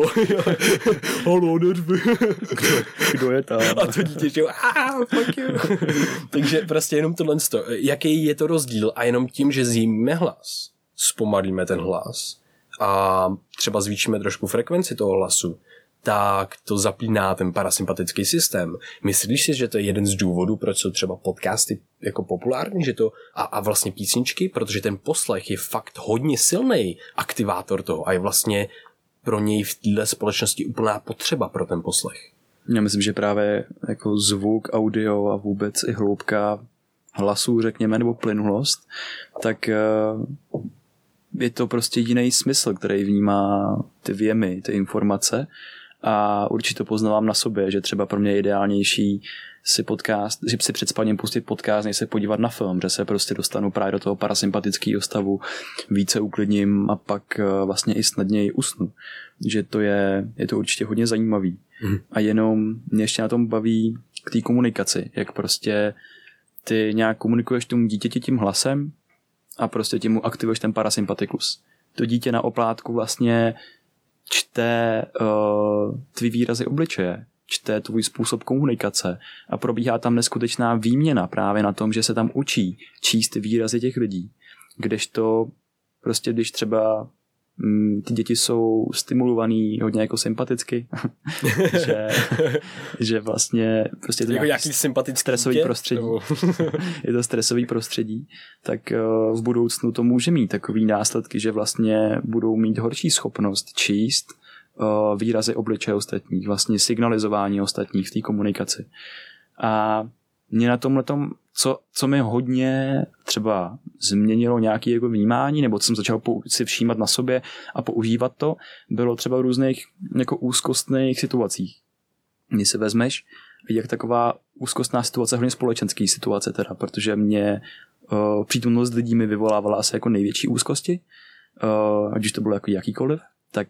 halo, neřve. Kdo je tam? A to dítě, že fuck you. Takže prostě jenom tohle, jaký je to rozdíl a jenom tím, že zjistíme hlas, zpomalíme ten hlas a třeba zvýšíme trošku frekvenci toho hlasu, tak to zapíná ten parasympatický systém. Myslíš si, že to je jeden z důvodů, proč jsou třeba podcasty jako populární, že to a vlastně písničky, protože ten poslech je fakt hodně silný aktivátor toho a je vlastně pro něj v této společnosti úplná potřeba pro ten poslech. Já myslím, že právě jako zvuk, audio a vůbec i hloubka hlasů, řekněme, nebo plynulost, tak je to prostě jiný smysl, který vnímá ty věmy, ty informace. A určitě to poznávám na sobě, že třeba pro mě je ideálnější si před spaním pustit podcast, než se podívat na film, že se prostě dostanu právě do toho parasympatického stavu, více uklidním a pak vlastně i snadněji usnu. Že to je to určitě hodně zajímavý. A jenom mě ještě na tom baví k té komunikaci, jak prostě ty nějak komunikuješ tomu dítěti tím hlasem a prostě tím mu aktivuješ ten parasympatikus. To dítě na oplátku vlastně čte tvý výrazy obličeje, čte tvůj způsob komunikace a probíhá tam neskutečná výměna právě na tom, že se tam učí číst výrazy těch lidí. Kdežto prostě, když třeba ty děti jsou stimulovaný hodně jako sympaticky, že vlastně prostě je to jako nějaký sympatický stresový prostředí. Je to stresový prostředí, tak v budoucnu to může mít takový následky, že vlastně budou mít horší schopnost číst výrazy obličeje ostatních, vlastně signalizování ostatních v té komunikaci. A mě na tomhletom, co mi hodně třeba změnilo nějaké jako vnímání, nebo co jsem začal si všímat na sobě a používat to, bylo třeba v různých jako úzkostných situacích. Když si vezmeš, jak taková úzkostná situace, hodně společenský situace teda, protože mě přítomnost lidí mi vyvolávala asi jako největší úzkosti, ať už to bylo jako jakýkoliv, tak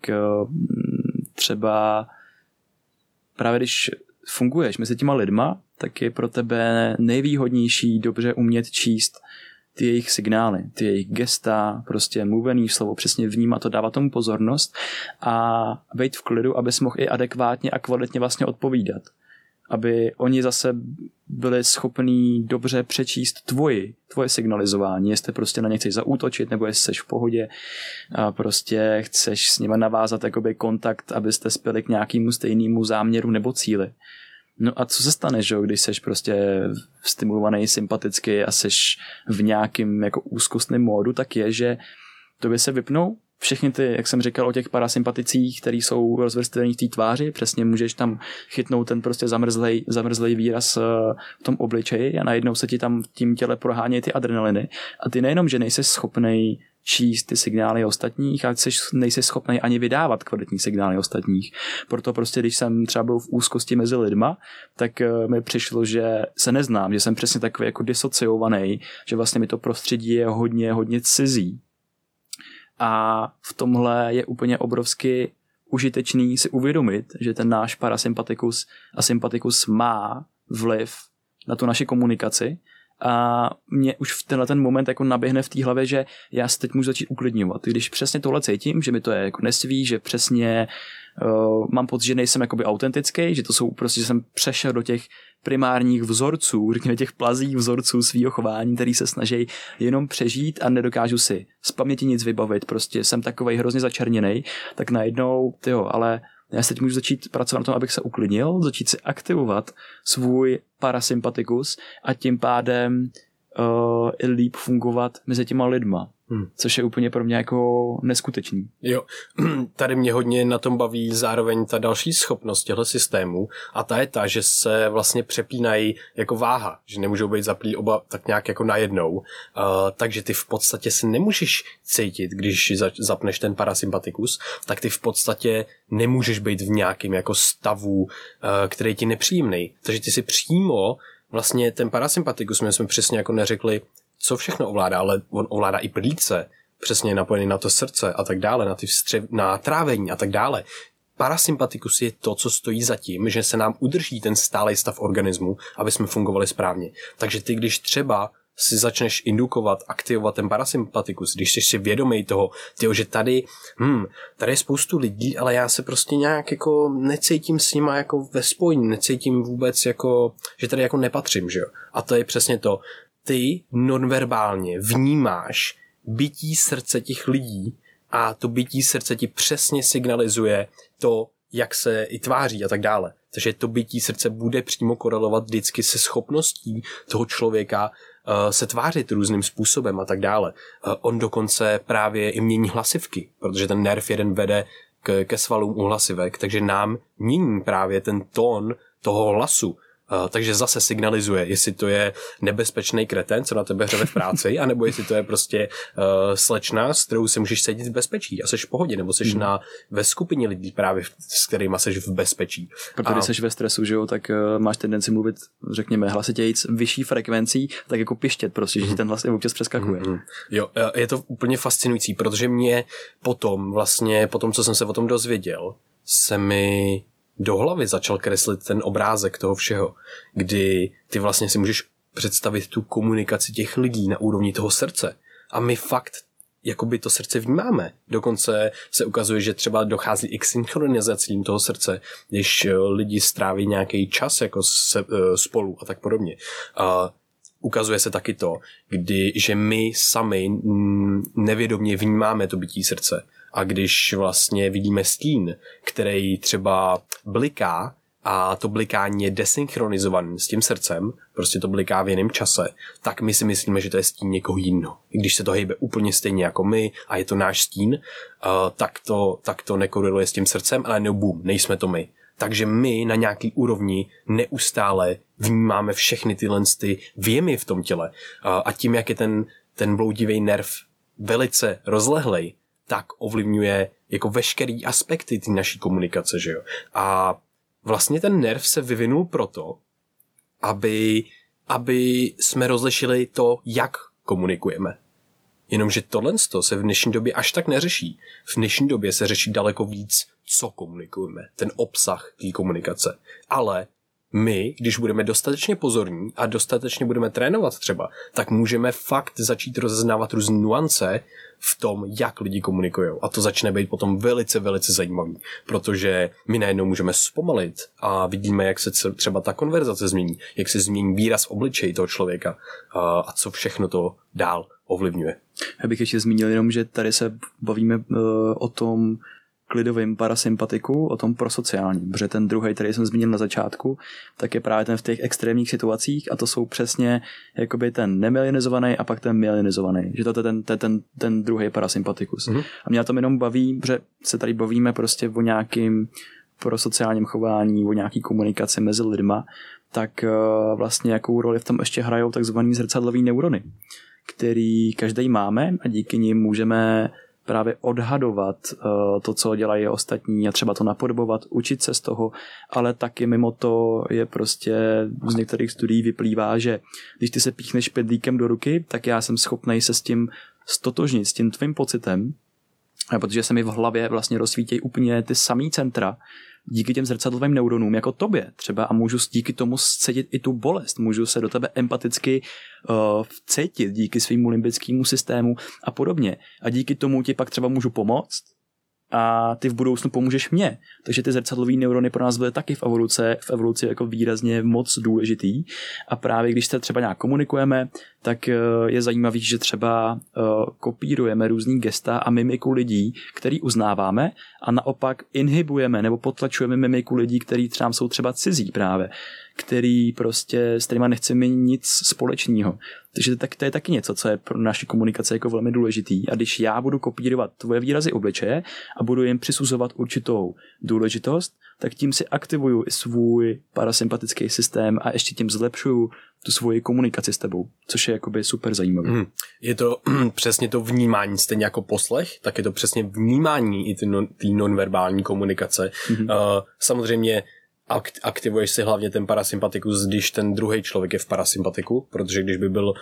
třeba právě když funguješ mezi těma lidma, tak je pro tebe nejvýhodnější dobře umět číst ty jejich signály, ty jejich gesta, prostě mluvený slovo, přesně vnímat to, dávat tomu pozornost a být v klidu, abys mohl i adekvátně a kvalitně vlastně odpovídat. Aby oni zase byli schopní dobře přečíst tvoje signalizování, jestli prostě na ně chceš zaútočit, nebo jestli jsi v pohodě a prostě chceš s nimi navázat jakoby kontakt, abyste spěli k nějakému stejnému záměru nebo cíli. No a co se stane, že když jsi prostě stimulovaný sympaticky a jsi v nějakým jako úzkostném módu, tak je, že tobě se vypnou všechny ty, jak jsem říkal o těch parasympaticích, který jsou rozvrstvený v té tváři, přesně můžeš tam chytnout ten prostě zamrzlej výraz v tom obličeji a najednou se ti tam v tím těle prohánějí ty adrenaliny a ty nejenom, že nejsi schopnej číst ty signály ostatních, ale nejsi schopnej ani vydávat kvalitní signály ostatních. Proto prostě, když jsem třeba byl v úzkosti mezi lidma, tak mi přišlo, že se neznám, že jsem přesně takový jako disociovaný, že vlastně mi to prostředí je hodně cizí. A v tomhle je úplně obrovsky užitečný si uvědomit, že ten náš parasympatikus a sympatikus má vliv na tu naši komunikaci a mě už v tenhle ten moment jako naběhne v té hlavě, že já se teď můžu začít uklidňovat. Když přesně tohle cítím, že mi to je jako nesví, že přesně mám pocit, že nejsem jakoby autentický, že to jsou prostě, že jsem přešel do těch primárních vzorců, řekněme těch plazích vzorců svýho chování, který se snaží jenom přežít a nedokážu si z paměti nic vybavit, prostě jsem takovej hrozně začerněnej, tak najednou, ale já se teď můžu začít pracovat na tom, abych se uklidnil, začít si aktivovat svůj parasympatikus a tím pádem i líp fungovat mezi těma lidma. Což je úplně pro mě jako neskutečný. Jo, tady mě hodně na tom baví zároveň ta další schopnost těchto systémů a ta je ta, že se vlastně přepínají jako váha, že nemůžou být zaplí oba tak nějak jako najednou, takže ty v podstatě se nemůžeš cítit, když zapneš ten parasympatikus, tak ty v podstatě nemůžeš být v nějakém jako stavu, který je ti nepříjemný. Takže ty si přímo vlastně ten parasympatikus, my jsme přesně jako neřekli, co všechno ovládá, ale on ovládá i plíce, přesně napojený na to srdce a tak dále, na ty na trávení a tak dále. Parasympatikus je to, co stojí za tím, že se nám udrží ten stálý stav organismu, aby jsme fungovali správně. Takže ty, když třeba si začneš indukovat, aktivovat ten parasympatikus, když jsi si vědomý toho, že tady je spoustu lidí, ale já se prostě nějak jako necítím s nima jako ve spojení, necítím vůbec jako, že tady jako nepatřím, že jo. A to je přesně to. Ty nonverbálně vnímáš bytí srdce těch lidí a to bytí srdce ti přesně signalizuje to, jak se i tváří a tak dále. Takže to bytí srdce bude přímo korelovat vždycky se schopností toho člověka se tvářit různým způsobem a tak dále. On dokonce právě i mění hlasivky, protože ten nerv jeden vede ke svalům u hlasivek, takže nám mění právě ten tón toho hlasu. Takže zase signalizuje, jestli to je nebezpečný kreten, co na tebe hřeve v práci, anebo jestli to je prostě slečna, s kterou se můžeš sedět v bezpečí a seš v pohodě, nebo seš ve skupině lidí právě, s kterýma seš v bezpečí. Protože když seš ve stresu, že jo, tak máš tendenci mluvit, řekněme, hlasitějíc vyšší frekvencí, tak jako pištět prostě, že ten hlas občas přeskakuje. Jo, je to úplně fascinující, protože mě potom, co jsem se o tom dozvěděl, se mi do hlavy začal kreslit ten obrázek toho všeho, kdy ty vlastně si můžeš představit tu komunikaci těch lidí na úrovni toho srdce. A my fakt jakoby to srdce vnímáme. Dokonce se ukazuje, že třeba dochází i k synchronizacím toho srdce, když lidi stráví nějaký čas jako spolu a tak podobně. Ukazuje se taky to, že my sami nevědomě vnímáme to bití srdce. A když vlastně vidíme stín, který třeba bliká, a to blikání je desynchronizované s tím srdcem, prostě to bliká v jiném čase, tak my si myslíme, že to je stín někoho jiného. I když se to hejbe úplně stejně jako my a je to náš stín, tak to nekoreluje s tím srdcem, ale no boom, nejsme to my. Takže my na nějaký úrovni neustále vnímáme všechny tyhle vjemy v tom těle. A tím, jak je ten bloudivý nerv velice rozlehlej, tak ovlivňuje jako veškerý aspekty té naší komunikace, že jo. A vlastně ten nerv se vyvinul proto, aby jsme rozlišili to, jak komunikujeme. Jenomže tohle se v dnešní době až tak neřeší. V dnešní době se řeší daleko víc, co komunikujeme, ten obsah té komunikace. Ale my, když budeme dostatečně pozorní a dostatečně budeme trénovat třeba, tak můžeme fakt začít rozeznávat různé nuance v tom, jak lidi komunikují. A to začne být potom velice, velice zajímavý, protože my najednou můžeme zpomalit a vidíme, jak se třeba ta konverzace změní, jak se změní výraz obličeji toho člověka a co všechno to dál ovlivňuje. Já bych ještě zmínil jenom, že tady se bavíme o tom klidovým parasympatiku, o tom prosociálním, protože ten druhý, který jsem zmínil na začátku, tak je právě ten v těch extrémních situacích a to jsou přesně jakoby ten nemyelinizovaný a pak ten myelinizovaný, že to je ten druhý parasympatikus. Mm-hmm. A mě to jenom baví, že se tady bavíme prostě o nějakým prosociálním chování, o nějaký komunikaci mezi lidma, tak vlastně jakou roli v tom ještě hrajou takzvaný zrcadlový neurony, který každý máme a díky nim můžeme právě odhadovat to, co dělají ostatní a třeba to napodobovat, učit se z toho, ale taky mimo to je prostě z některých studií vyplývá, že když ty se píchneš pedlíkem do ruky, tak já jsem schopnej se s tím stotožnit, s tím tvým pocitem, protože se mi v hlavě vlastně rozsvítějí úplně ty samý centra díky těm zrcadlovým neuronům jako tobě třeba a můžu díky tomu cítit i tu bolest, můžu se do tebe empaticky vcítit díky svému limbickému systému a podobně a díky tomu ti pak třeba můžu pomoct a ty v budoucnu pomůžeš mně. Takže ty zrcadlový neurony pro nás byly taky v evoluci jako výrazně moc důležitý a právě když se třeba nějak komunikujeme, tak je zajímavý, že třeba kopírujeme různý gesta a mimiku lidí, který uznáváme a naopak inhibujeme nebo potlačujeme mimiku lidí, který třeba jsou třeba cizí právě, který prostě s kterýma nechceme nic společného. Takže to je taky něco, co je pro naši komunikaci jako velmi důležitý. A když já budu kopírovat tvoje výrazy obličeje a budu jim přisuzovat určitou důležitost, tak tím si aktivuju i svůj parasympatický systém a ještě tím zlepšuju tu svoji komunikaci s tebou, což je jakoby super zajímavé. Je to přesně to vnímání, stejně jako poslech, tak je to přesně vnímání i té nonverbální komunikace. Samozřejmě aktivuješ si hlavně ten parasympatikus, když ten druhý člověk je v parasympatiku, protože když by byl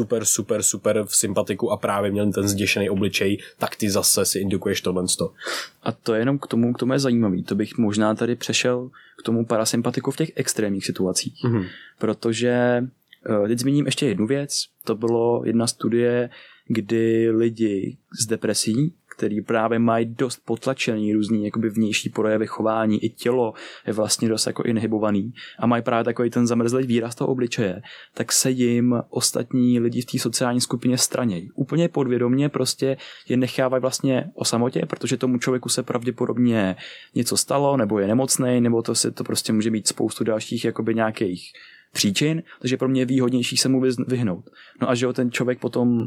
super v sympatiku a právě měl ten zděšený obličej, tak ty zase si indukuješ tohle. A to je jenom k tomu je zajímavý. To bych možná tady přešel k tomu parasympatiku v těch extrémních situacích. Protože teď zmíním ještě jednu věc. To bylo jedna studie, kdy lidi s depresí, který právě mají dost potlačený různý jakoby vnější projevy chování, i tělo je vlastně dost jako inhibovaný a mají právě takový ten zamrzlý výraz toho obličeje, tak se jim ostatní lidi v té sociální skupině stranějí. Úplně podvědomě prostě je nechávají vlastně o samotě, protože tomu člověku se pravděpodobně něco stalo, nebo je nemocnej, nebo to prostě může být spoustu dalších jakoby nějakých příčin, takže pro mě je výhodnější se mu vyhnout. No a že ten člověk potom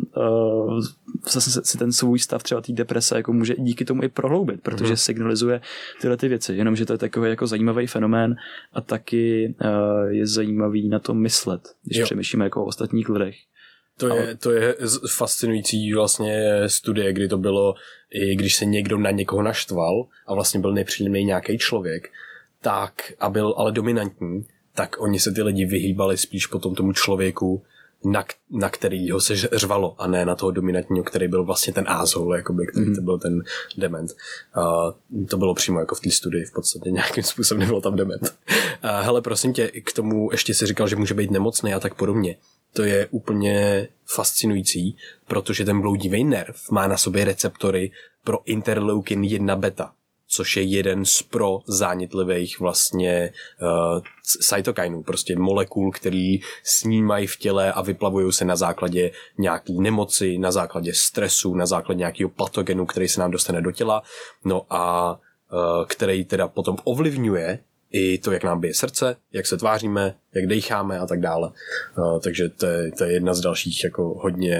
zase si ten svůj stav třeba té deprese jako může díky tomu i prohloubit, protože signalizuje tyhle ty věci. Jenomže to je takový jako zajímavý fenomén a taky je zajímavý na to myslet, když přemýšlíme jako o ostatních lidech. To je fascinující vlastně studie, kdy to bylo, i když se někdo na někoho naštval a vlastně byl nepříjemný nějaký člověk, tak a byl ale dominantní, tak oni se ty lidi vyhýbali spíš potom tomu člověku, na kterýho se řvalo a ne na toho dominantního, který byl vlastně ten asshole, jakoby, který to byl ten dement. To bylo přímo jako v té studii, v podstatě nějakým způsobem nebylo tam dement. Hele, prosím tě, k tomu ještě si říkal, že může být nemocný a tak podobně. to je úplně fascinující, protože ten bloudivý nerv má na sobě receptory pro interleukin 1 beta, což je jeden z prozánětlivých vlastně cytokinů, prostě molekul, který snímají v těle a vyplavují se na základě nějaký nemoci, na základě stresu, na základě nějakého patogenu, který se nám dostane do těla, no a který teda potom ovlivňuje i to, jak nám bije srdce, jak se tváříme, jak dejcháme a tak dále. Takže to je jedna z dalších jako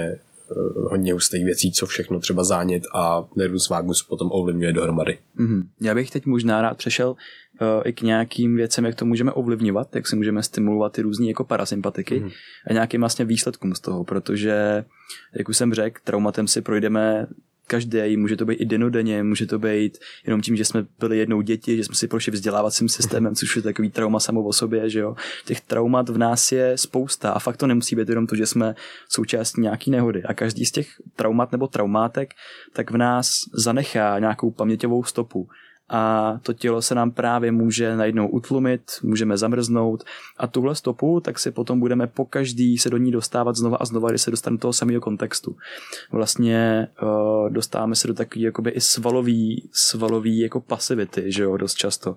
hodně hustých věcí, co všechno třeba zánět a nervus vagus potom ovlivňuje dohromady. Já bych teď možná rád přešel i k nějakým věcem, jak to můžeme ovlivňovat, jak si můžeme stimulovat ty různý jako parasympatiky a nějakým vlastně výsledkům z toho, protože, jak už jsem řekl, traumatem si projdeme každý, může to být i dennodenně, může to být jenom tím, že jsme byli jednou děti, že jsme si prošli vzdělávacím systémem, což je takový trauma samo o sobě, že jo. Těch traumat v nás je spousta a fakt to nemusí být jenom to, že jsme součástí nějaký nehody. A každý z těch traumat nebo traumátek tak v nás zanechá nějakou paměťovou stopu. A to tělo se nám právě může najednou utlumit, můžeme zamrznout a tuhle stopu tak si potom budeme pokaždý se do ní dostávat znova a znova, když se dostane do toho samého kontextu. Vlastně dostáváme se do takový jakoby i svalový jako pasivity, že jo, dost často.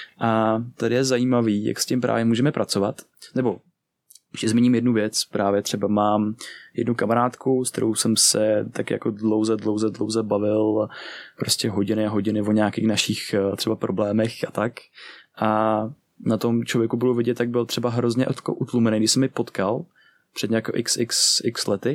A tady je zajímavý, jak s tím právě můžeme pracovat, nebo ještě zmíním jednu věc, právě třeba mám jednu kamarádku, s kterou jsem se tak jako dlouze bavil prostě hodiny a hodiny o nějakých našich třeba problémech a tak. A na tom člověku bylo vidět, tak byl třeba hrozně utlumený, když jsem mi potkal před nějakou x lety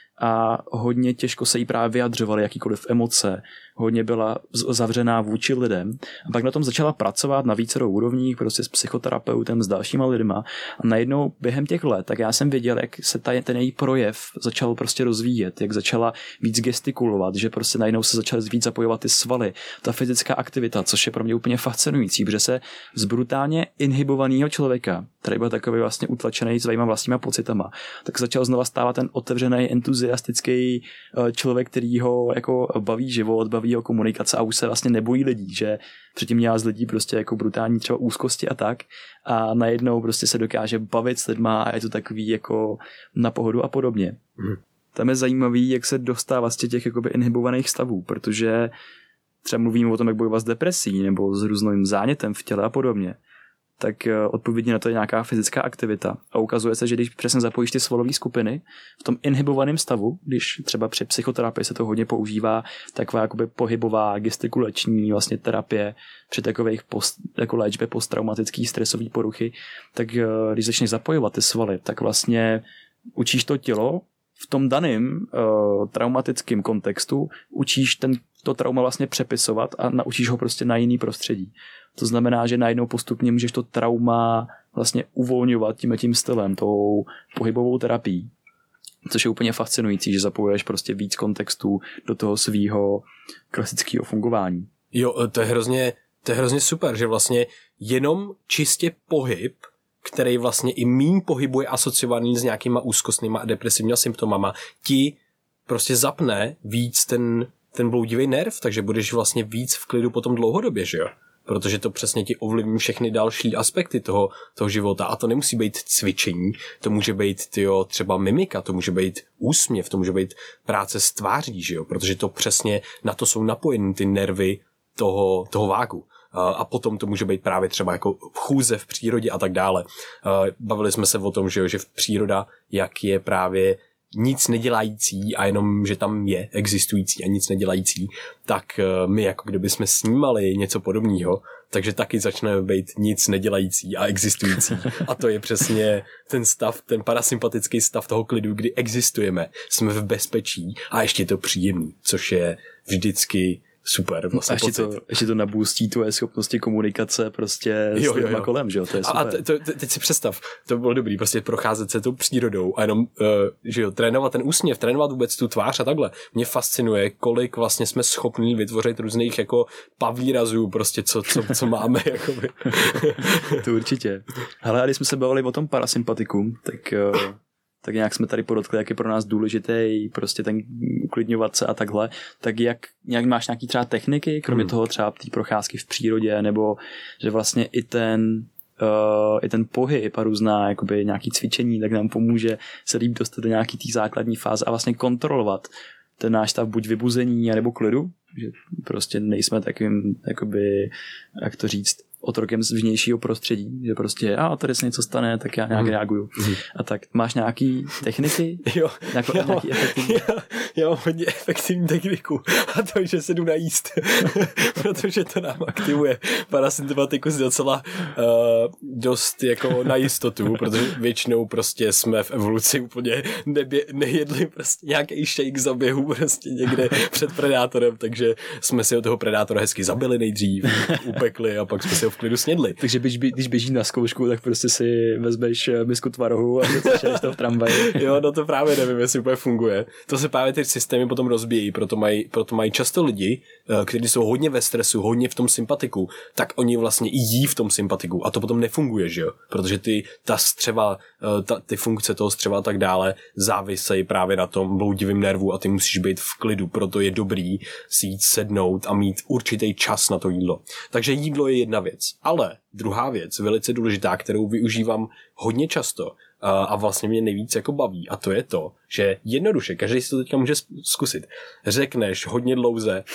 a hodně těžko se jí právě vyjadřovaly jakýkoliv emoce, hodně byla zavřená vůči lidem a pak na tom začala pracovat na vícerou úrovních, prostě s psychoterapeutem, s dalšíma lidma a najednou během těch let, tak já jsem viděl, jak se ten její projev začal prostě rozvíjet, jak začala víc gestikulovat, že prostě najednou se začaly víc zapojovat ty svaly, ta fyzická aktivita, což je pro mě úplně fascinující, protože se z brutálně inhibovaného člověka, který byl takový vlastně utlačený svýma vlastníma pocitama, tak začal znova stávat ten otevřený, entuziastický člověk, který ho jako baví život, baví ho komunikace a už se vlastně nebojí lidí, že předtím měla z lidí prostě jako brutální třeba úzkosti a tak a najednou prostě se dokáže bavit s lidma a je to takový jako na pohodu a podobně. Tam je zajímavý, jak se dostává z těch jakoby inhibovaných stavů, protože třeba mluvíme o tom, jak bojovat s depresí nebo s různým zánětem v těle a podobně, tak odpovědně na to je nějaká fyzická aktivita. A ukazuje se, že když přesně zapojíš ty svalové skupiny v tom inhibovaném stavu, když třeba při psychoterapii se to hodně používá, taková jakoby pohybová gestikulační vlastně terapie při takových jako léčbě posttraumatický stresový poruchy, tak když začneš zapojovat ty svaly, tak vlastně učíš to tělo v tom daném traumatickém kontextu, učíš to trauma vlastně přepisovat a naučíš ho prostě na jiný prostředí. To znamená, že najednou postupně můžeš to trauma vlastně uvolňovat tím stylem, tou pohybovou terapií. Což je úplně fascinující, že zapojuješ prostě víc kontextů do toho svýho klasického fungování. Jo, to je hrozně super, že vlastně jenom čistě pohyb, který vlastně i míň pohybu je asociovaný s nějakýma úzkostnýma a depresivníma symptomama, ti prostě zapne víc ten bloudivý nerv, takže budeš vlastně víc v klidu potom dlouhodobě, že jo? Protože to přesně ti ovlivní všechny další aspekty toho života a to nemusí být cvičení, to může být třeba mimika, to může být úsměv, to může být práce s tváří, že jo? Protože to přesně na to jsou napojeny ty nervy toho vágu. A potom to může být právě třeba jako chůze v přírodě a tak dále. Bavili jsme se o tom, že v příroda, jak je právě nic nedělající a jenom, že tam je existující a nic nedělající, tak my jako kdyby jsme snímali něco podobného, takže taky začneme být nic nedělající a existující. A to je přesně ten stav, ten parasympatický stav toho klidu, kdy existujeme, jsme v bezpečí a ještě je to příjemný, což je vždycky super. Vlastně ještě to nabůstí tvoje schopnosti komunikace prostě s lidma kolem, že jo, to je super. A teď si představ, to bylo dobrý, prostě procházet se tou přírodou a jenom, že jo, trénovat ten úsměv, trénovat vůbec tu tvář a takhle. Mě fascinuje, kolik vlastně jsme schopní vytvořit různých jako pavlírazů, prostě co máme, jakoby. To určitě. Hele, a když jsme se bavili o tom parasympatiku, tak nějak jsme tady podotkli, jak je pro nás důležitý prostě ten uklidňovat se a takhle, tak jak máš nějaký třeba techniky, kromě toho třeba té procházky v přírodě, nebo že vlastně i ten i ten pohyb a různá jakoby nějaký cvičení, tak nám pomůže se líp dostat do nějaký té základní fáze a vlastně kontrolovat ten náš stav buď vybuzení, nebo klidu, že prostě nejsme takovým, jakoby, jak to říct, otrokem z vnějšího prostředí, že prostě tady se něco stane, tak já nějak reaguju. A tak máš nějaký techniky? Nějaký efektivní? Já mám hodně efektivní techniku a to, že se jdu najíst, protože to nám aktivuje parasympatikus docela dost jako na jistotu, protože většinou prostě jsme v evoluci úplně nejedli prostě nějaký shake za běhu prostě někde před predátorem, takže jsme si od toho predátora hezky zabili nejdřív, upekli a pak jsme si ho v klidu snědli. Takže když běží na zkoušku, tak prostě si vezmeš misku tvarohu a začneš to v tramvaji. Jo, no to právě nevím, jestli úplně funguje. To se právě ty systémy potom rozbíjí, proto mají často lidi, kteří jsou hodně ve stresu, hodně v tom sympatiku, tak oni vlastně i jí v tom sympatiku a to potom nefunguje, že jo? Protože ta střeva, ty funkce toho střeva a tak dále závisejí právě na tom bloudivém nervu a ty musíš být v klidu, proto je dobrý si jít sednout a mít určitý čas na to jídlo. Takže jídlo je jedna věc, ale druhá věc, velice důležitá, kterou využívám hodně často a vlastně mě nejvíc jako baví, a to je to, že jednoduše, každý si to teďka může zkusit. Řekneš hodně dlouze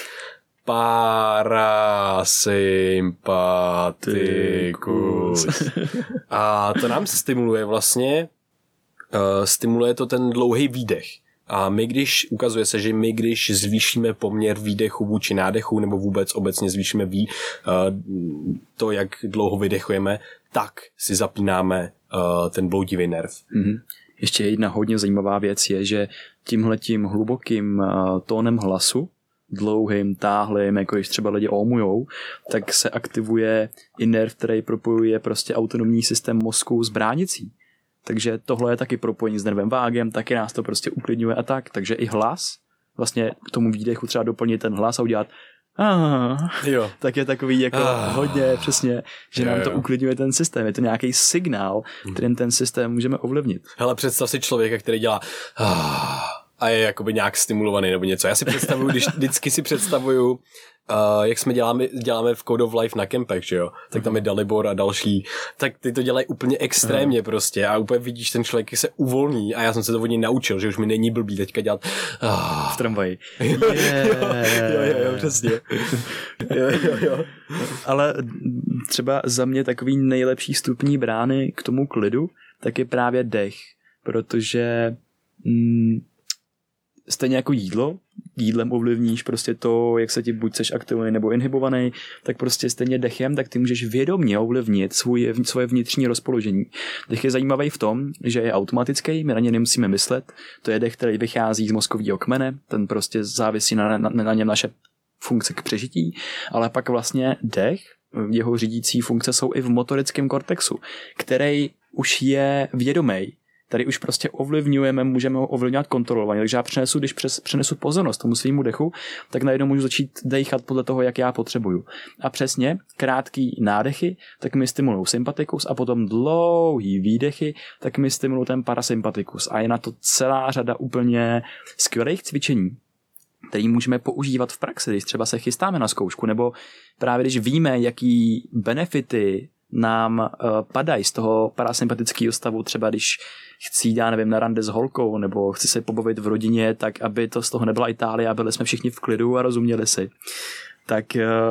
parasympatikus. A to nám stimuluje vlastně, stimuluje to ten dlouhý výdech. A ukazuje se, že my když zvýšíme poměr výdechu vůči nádechu nebo vůbec obecně zvýšíme to, jak dlouho vydechujeme, tak si zapínáme ten bloudivý nerv. Mm-hmm. Ještě jedna hodně zajímavá věc je, že tímhletím hlubokým tónem hlasu, dlouhým, táhlým, jako když třeba lidi ómujou, tak se aktivuje i nerv, který propojuje prostě autonomní systém mozku s bránicí. Takže tohle je taky propojení s nervem vágem, taky nás to prostě uklidňuje a tak. Takže i hlas, vlastně k tomu výdechu třeba doplnit ten hlas a udělat tak je takový jako hodně přesně, že nám to uklidňuje ten systém. Je to nějaký signál, kterým ten systém můžeme ovlivnit. Hele, představ si člověka, který dělá a je jakoby nějak stimulovaný nebo něco. Já si představuju, vždycky si představuju, jak jsme děláme v Code of Life na kempech, že jo? Tak tam je Dalibor a další. Tak ty to dělají úplně extrémně prostě a úplně vidíš, ten člověk se uvolní a já jsem se to od něj naučil, že už mi není blbý teďka dělat v tramvaji. Jo, přesně. Jo. Ale třeba za mě takový nejlepší vstupní brány k tomu klidu, tak je právě dech, protože stejně jako jídlem ovlivníš prostě to, jak se ti buď seš aktivovaný nebo inhibovaný, tak prostě stejně dechem, tak ty můžeš vědomě ovlivnit svoje vnitřní rozpoložení. Dech je zajímavý v tom, že je automatický, my na ně nemusíme myslet, to je dech, který vychází z mozkového kmene, ten prostě závisí na něm naše funkce k přežití, ale pak vlastně dech, jeho řídící funkce jsou i v motorickém kortexu, který už je vědomý. Tady už prostě ovlivňujeme, můžeme ho ovlivňovat kontrolovaně, takže já když přenesu pozornost tomu svýmu dechu, tak najednou můžu začít dechat podle toho, jak já potřebuju. A přesně krátký nádechy, tak mi stimulují sympatikus a potom dlouhý výdechy, tak mi stimulují ten parasympatikus. A je na to celá řada úplně skvělých cvičení, který můžeme používat v praxi, když třeba se chystáme na zkoušku, nebo právě když víme, jaký benefity nám padají z toho parasympatického stavu, třeba když chci jít, já nevím, na rande s holkou, nebo chci se pobavit v rodině, tak aby to z toho nebyla Itálie a byli jsme všichni v klidu a rozuměli si. Tak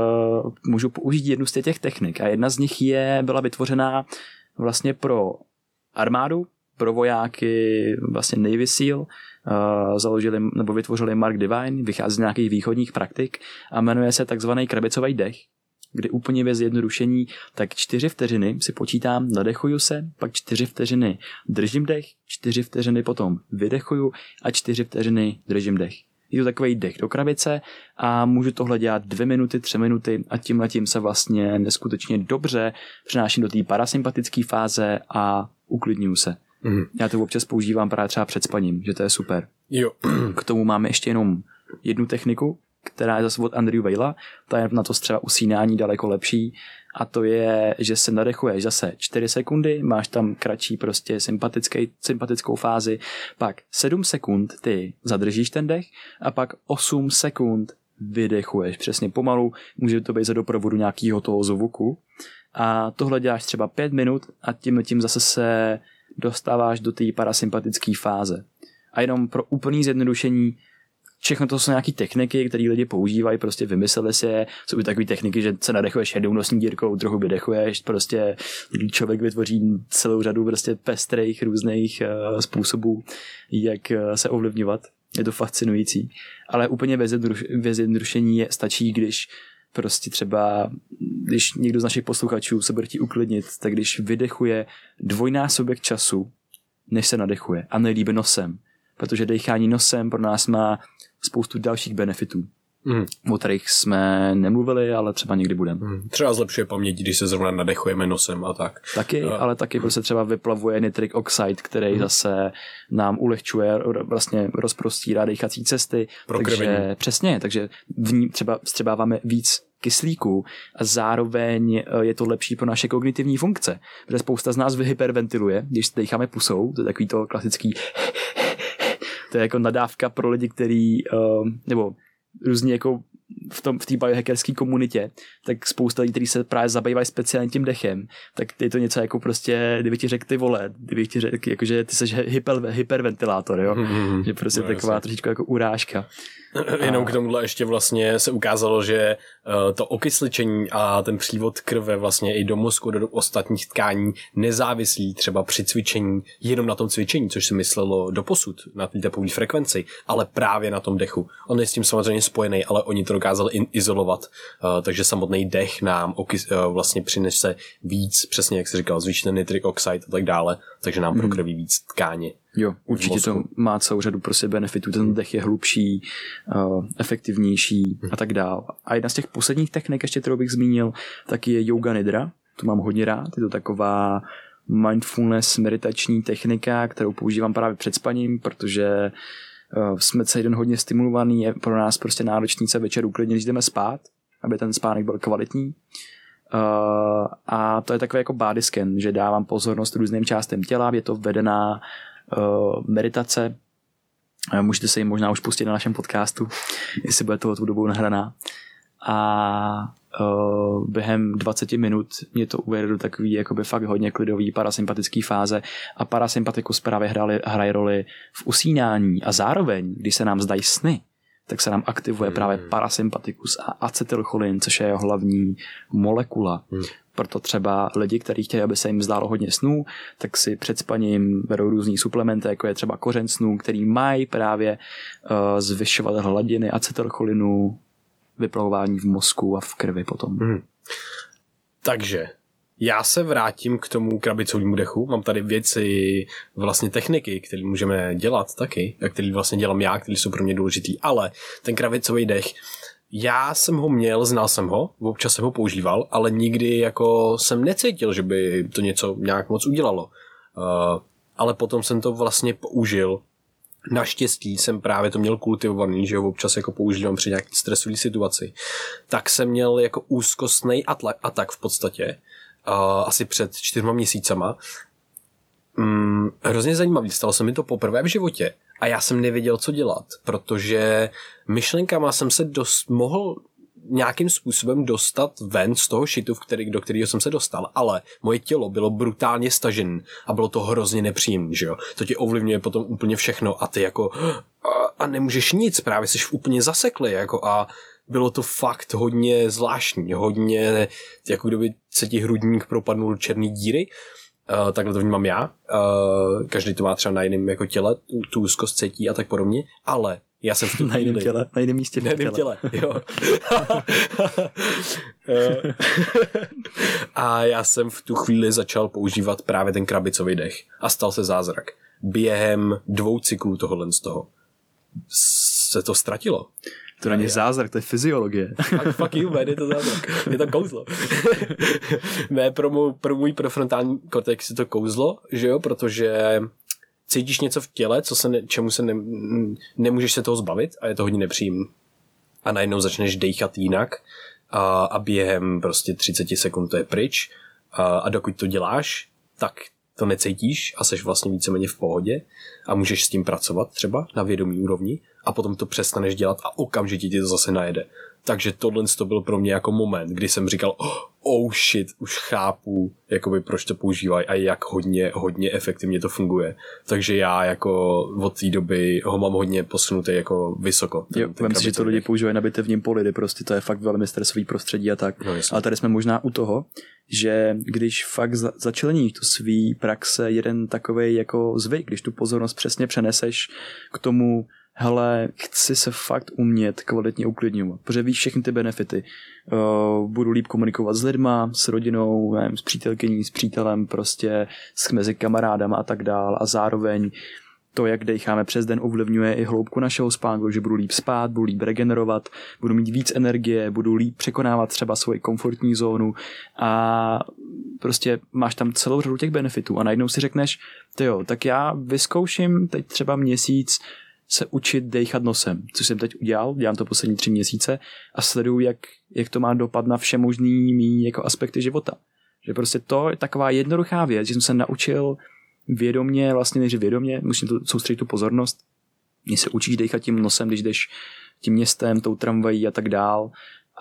můžu použít jednu z těch technik a jedna z nich byla vytvořená vlastně pro armádu, pro vojáky vlastně Navy SEAL, založili nebo vytvořili Mark Divine, vychází z nějakých východních praktik a jmenuje se takzvaný krabicový dech, kdy úplně bez zjednodušení, tak 4 vteřiny si počítám, nadechuju se, pak 4 vteřiny držím dech, 4 vteřiny potom vydechuju a 4 vteřiny držím dech. Je to takový dech do krabice a můžu tohle dělat 2 minuty, 3 minuty a tímhletím se vlastně neskutečně dobře přenáším do té parasympatické fáze a uklidňuju se. Já to občas používám právě třeba před spaním, že to je super. Jo. K tomu máme ještě jenom jednu techniku, která je zase od Andrew Weila, ta je na to třeba usínání daleko lepší a to je, že se nadechuješ zase 4 sekundy, máš tam kratší prostě sympatickou fázi, pak 7 sekund ty zadržíš ten dech a pak 8 sekund vydechuješ přesně pomalu, může to být za doprovodu nějakého toho zvuku A tohle děláš třeba 5 minut a tím zase se dostáváš do té parasympatické fáze. A jenom pro úplný zjednodušení, všechno to jsou nějaké techniky, které lidi používají, prostě vymysleli si je. Jsou i takové techniky, že se nadechuješ jednou nosní dírkou, trochu vydechuješ, prostě člověk vytvoří celou řadu prostě pestrých různých způsobů, jak se ovlivňovat. Je to fascinující. Ale úplně bez zjednodušení stačí, když prostě třeba, když někdo z našich posluchačů se bude chtít uklidnit, tak když vydechuje dvojnásobek času, než se nadechuje a nejlíbe nosem. Protože dechání nosem pro nás má spoustu dalších benefitů, o kterých jsme nemluvili, ale třeba někdy budeme. Třeba zlepšuje paměť, když se zrovna nadechujeme nosem a tak. Taky, ale taky prostě třeba vyplavuje nitric oxide, který zase nám ulehčuje, vlastně rozprostírá dechací cesty. Takže přesně, takže v ní třeba vstřebáváme víc kyslíku a zároveň je to lepší pro naše kognitivní funkce. Protože spousta z nás vyhyperventiluje, když decháme pusou, to je takový to klasický to je jako nadávka pro lidi, který nebo různě jako v té biohackerské komunitě, tak spousta lidí, kteří se právě zabývají speciálně tím dechem, tak je to něco jako prostě, kdyby ti řekl ty vole, kdyby ti řekl, jakože ty jsi hyperventilátor, jo? Že prostě taková trošičku jako urážka. Jenom k tomuhle ještě vlastně se ukázalo, že to okysličení a ten přívod krve vlastně i do mozku, do ostatních tkání nezávislí třeba při cvičení, jenom na tom cvičení, což se myslelo doposud na té tepové frekvenci, ale právě na tom dechu. On je s tím samozřejmě spojený, ale oni to dokázali izolovat, takže samotný dech nám vlastně přinese víc, přesně jak jsi říkal, zvýšený nitric oxide a tak dále, takže nám prokrví víc tkáně. Jo, určitě to má celou řadu prostě benefitů, ten dech je hlubší, efektivnější a tak dále. A jedna z těch posledních technik, ještě kterou bych zmínil, tak je yoga nidra, to mám hodně rád, je to taková mindfulness meditační technika, kterou používám právě před spaním, protože jsme celý den hodně stimulovaný, je pro nás prostě náročný se večer uklidnit, když jdeme spát, aby ten spánek byl kvalitní. A to je takový jako body scan, že dávám pozornost různým částem těla, je to vedená meditace, můžete se ji možná už pustit na našem podcastu, jestli bude toho tu dobu nahraná. A během 20 minut mě to uvede do takový jakoby fakt hodně klidový parasympatický fáze a parasympatikus právě hraje roli v usínání a zároveň, když se nám zdají sny, tak se nám aktivuje právě parasympatikus a acetylcholin, což je jeho hlavní molekula. Proto třeba lidi, kteří chtějí, aby se jim zdálo hodně snů, tak si před spaním berou různý suplementy, jako je třeba kořen snů, který mají právě zvyšovat hladiny acetylcholinu, vyplavování v mozku a v krvi potom. Takže já se vrátím k tomu krabicovému dechu. Mám tady věci, vlastně techniky, které můžeme dělat taky, a které vlastně dělám já, které jsou pro mě důležitý, ale ten krabicový dech, já jsem ho měl, znal jsem ho, občas jsem ho používal, ale nikdy jako jsem necítil, že by to něco nějak moc udělalo. Ale potom jsem to vlastně použil. Naštěstí jsem právě to měl kultivovaný, že ho občas jako používám při nějaké stresové situaci. Tak jsem měl jako úzkostný atak v podstatě, asi před 4 měsícama. Hrozně zajímavý, stalo se mi to poprvé v životě a já jsem nevěděl, co dělat, protože myšlenkama jsem se mohl nějakým způsobem dostat ven z toho šitu, do kterého jsem se dostal, ale moje tělo bylo brutálně stažené a bylo to hrozně nepříjemné, že jo. To tě ovlivňuje potom úplně všechno a ty jako a nemůžeš nic, právě jsi úplně zaseklý jako a bylo to fakt hodně zvláštní, hodně jako kdyby se ti hrudník propadnul černý díry. Takhle to vnímám já. Každý to má třeba na jiném jako těle, tu úzkost cítí a tak podobně, ale já jsem v tu na jiném těle, na jiném místě. Na jiném těle, jo. A já jsem v tu chvíli začal používat právě ten krabicový dech a stal se zázrak. Během 2 cyklů tohohle z toho se to ztratilo. To není zázrak, to je fyziologie. Fuck you, man, je to zázrak. Je to kouzlo. Ne, pro můj prefrontální kortex je to kouzlo, že jo, protože cítíš něco v těle, čemu se nemůžeš se toho zbavit a je to hodně nepříjemné. A najednou začneš dejchat jinak a během prostě 30 sekund to je pryč a dokud to děláš, tak to necítíš a seš vlastně víceméně v pohodě a můžeš s tím pracovat třeba na vědomí úrovni, a potom to přestaneš dělat a okamžitě ti to zase najede. Takže tohle to byl pro mě jako moment, kdy jsem říkal, oh shit, už chápu, jakoby proč to používají a jak hodně efektivně to funguje. Takže já jako od té doby ho mám hodně posunutý jako vysoko. Vem si, že to lidi používají na bitevním poli, kdy prostě to je fakt velmi stresový prostředí a tak. No, ale tady jsme možná u toho, že když fakt začleníš do svý praxe jeden takovej jako zvyk, když tu pozornost přesně přeneseš k tomu, hele, chci se fakt umět kvalitně uklidňovat, protože víš všechny ty benefity. Budu líp komunikovat s lidma, s rodinou, nevím, s přítelkyní, s přítelem, prostě mezi kamarádama a tak dál a zároveň to, jak dejcháme přes den, ovlivňuje i hloubku našeho spánku, že budu líp spát, budu líp regenerovat, budu mít víc energie, budu líp překonávat třeba svoji komfortní zónu a prostě máš tam celou řadu těch benefitů a najednou si řekneš, tyjo, tak já vyzkouším teď třeba měsíc se učit dejchat nosem, což jsem teď udělal, dělám to poslední 3 měsíce a sleduju, jak to má dopad na vše možný mý jako aspekty života. Že prostě to je taková jednoduchá věc, že jsem se naučil vědomě, vlastně než vědomě, musím to soustředit tu pozornost, když se učíš dejchat tím nosem, když jdeš tím městem, tou tramvají a tak dál